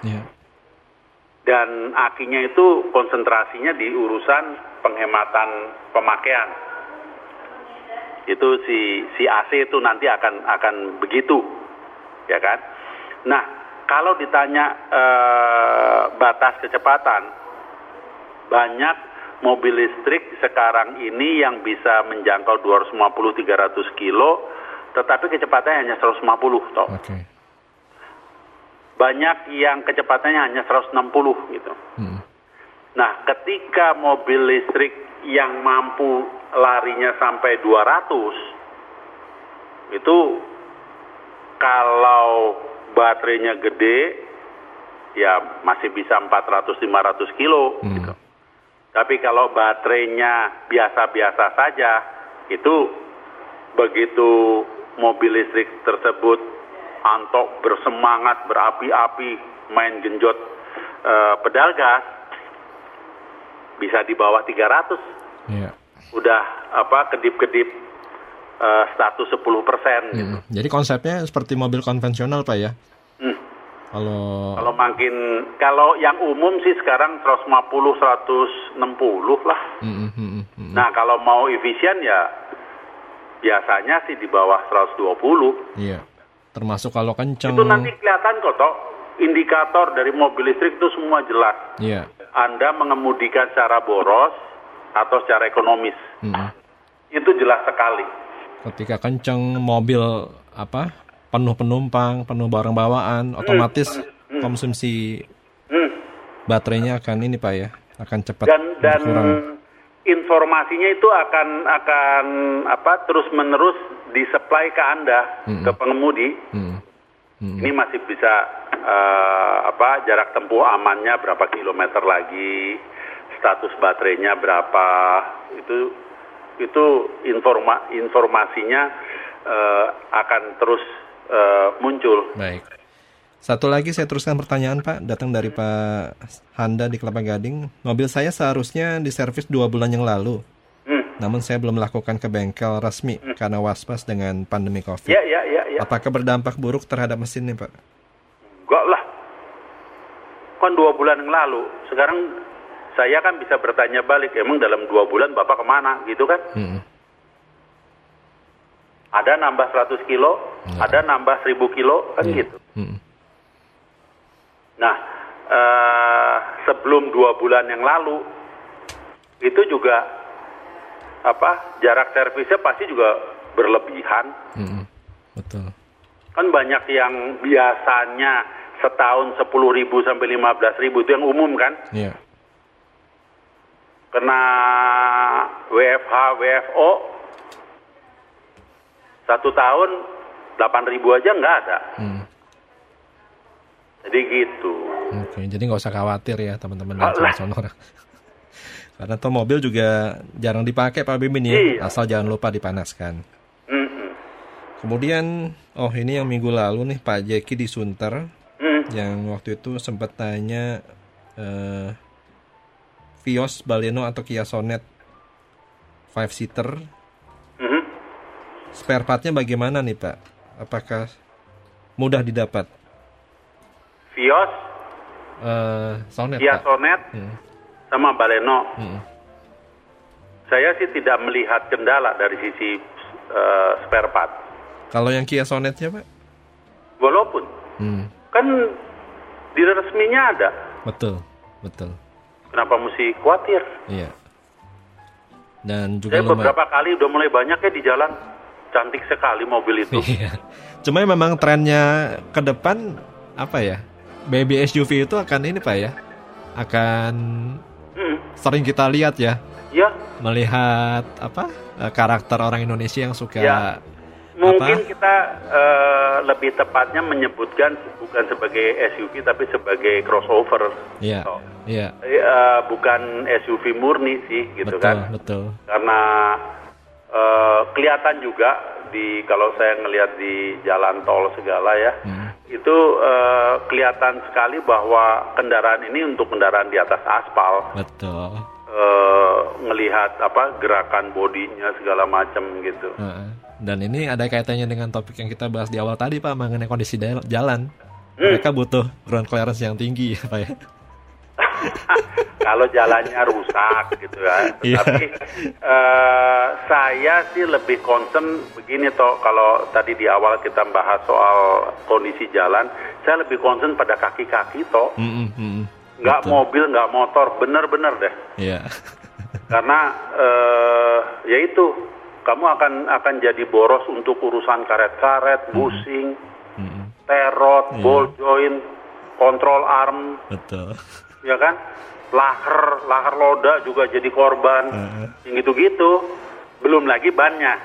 C: Dan akinya itu konsentrasinya di urusan penghematan pemakaian. Itu si AC itu nanti akan begitu, ya kan? Nah, kalau ditanya batas kecepatan, banyak mobil listrik sekarang ini yang bisa menjangkau 250-300 kilo, tetapi kecepatannya hanya 150 toh. Banyak yang kecepatannya hanya 160 gitu. Nah, ketika mobil listrik yang mampu larinya sampai 200, itu kalau baterainya gede, ya masih bisa 400-500 kilo gitu. Tapi kalau baterainya biasa-biasa saja, itu begitu mobil listrik tersebut Anto bersemangat, berapi-api, main genjot pedal gas, bisa di bawah 300.
B: Iya.
C: Udah kedip-kedip status 10% gitu.
B: Jadi konsepnya seperti mobil konvensional Pak ya?
C: Kalau yang umum sih sekarang 150, 160 lah. Nah kalau mau efisien ya biasanya sih di bawah 120.
B: Iya. Termasuk kalau kencang.
C: Itu nanti kelihatan kok toh, indikator dari mobil listrik itu semua jelas.
B: Iya.
C: Anda mengemudikan secara boros atau secara ekonomis. Itu jelas sekali. Ketika
B: kencang mobil penuh penumpang, penuh barang bawaan, otomatis konsumsi baterainya akan ini Pak ya, akan cepat berkurang.
C: Informasinya itu akan terus menerus disuplai ke Anda, ke pengemudi. Ini masih bisa jarak tempuh amannya berapa kilometer lagi, status baterainya berapa, itu informasinya akan terus muncul.
B: Baik. Satu lagi saya teruskan pertanyaan Pak, datang dari Pak Handa di Kelapa Gading. Mobil saya seharusnya diservis 2 bulan yang lalu. Namun saya belum melakukan ke bengkel resmi karena was-was dengan pandemi COVID.
C: Ya.
B: Apakah berdampak buruk terhadap mesin nih Pak?
C: Enggak lah. Kan 2 bulan yang lalu. Sekarang saya kan bisa bertanya balik, emang dalam 2 bulan Bapak kemana gitu kan? Ada nambah 100 kilo, ada nambah 1000 kilo, kan gitu. Nah, sebelum 2 bulan yang lalu, itu juga jarak servisnya pasti juga berlebihan.
B: Betul.
C: Kan banyak yang biasanya setahun 10.000 sampai 15.000 itu yang umum kan?
B: Iya.
C: Kena WFH, WFO, 1 tahun 8.000 aja nggak ada. Jadi gitu.
B: Oke, jadi nggak usah khawatir ya teman-teman dari Sonora. Karena toh mobil juga jarang dipakai Pak Bimin ya, asal jangan lupa dipanaskan. Kemudian, ini yang minggu lalu nih Pak Jeki di Sunter, yang waktu itu sempat tanya Vios, Baleno atau Kia Sonet 5-seater. Spare partnya bagaimana nih Pak? Apakah mudah didapat?
C: Vios,
B: Sonet,
C: Kia
B: Pak.
C: Sonet, sama Baleno. Saya sih tidak melihat kendala dari sisi spare part.
B: Kalau yang Kia Sonetnya Pak?
C: Walaupun kan di resminya ada.
B: Betul.
C: Kenapa mesti khawatir?
B: Iya. Dan juga
C: saya beberapa kali udah mulai banyak ya di jalan. Cantik sekali mobil itu.
B: Iya. Cuma memang trennya ke depan baby SUV itu akan ini Pak ya, akan sering kita lihat ya. Iya. Melihat karakter orang Indonesia yang suka. Ya.
C: Mungkin kita lebih tepatnya menyebutkan bukan sebagai SUV tapi sebagai crossover.
B: Iya. Iya.
C: Bukan SUV murni sih gitu. Kan.
B: Betul.
C: Karena kelihatan juga kalau saya ngelihat di jalan tol segala ya, itu kelihatan sekali bahwa kendaraan ini untuk kendaraan di atas aspal.
B: Betul.
C: Ngelihat gerakan bodinya segala macam gitu.
B: Dan ini ada kaitannya dengan topik yang kita bahas di awal tadi Pak, mengenai kondisi jalan. Mereka butuh ground clearance yang tinggi ya Pak ya. Kalau jalannya rusak gitu ya. Tapi saya sih lebih concern begini toh, kalau tadi di awal kita bahas soal kondisi jalan, saya lebih concern pada kaki-kaki toh. Nggak mobil, nggak motor, bener-bener deh. Iya. Karena ya itu, kamu akan jadi boros untuk urusan karet-karet, busing, terot, ball joint, kontrol arm. Betul. Ya kan? Lahar loda juga jadi korban. Yang gitu-gitu. Belum lagi bannya.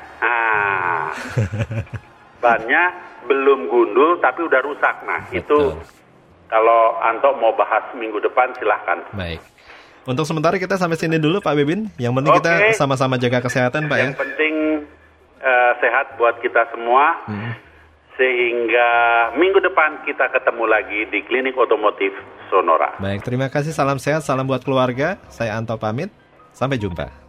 B: Bannya belum gundul tapi udah rusak. Nah, betul. Itu kalau Anto mau bahas minggu depan silahkan. Baik. Untuk sementara kita sampai sini dulu Pak Bebin. Yang penting kita sama-sama jaga kesehatan Pak. Yang penting sehat buat kita semua.
C: sehingga minggu depan kita ketemu lagi di Klinik Otomotif Sonora.
B: Baik, terima kasih. Salam sehat, salam buat keluarga. Saya Anto pamit. Sampai jumpa.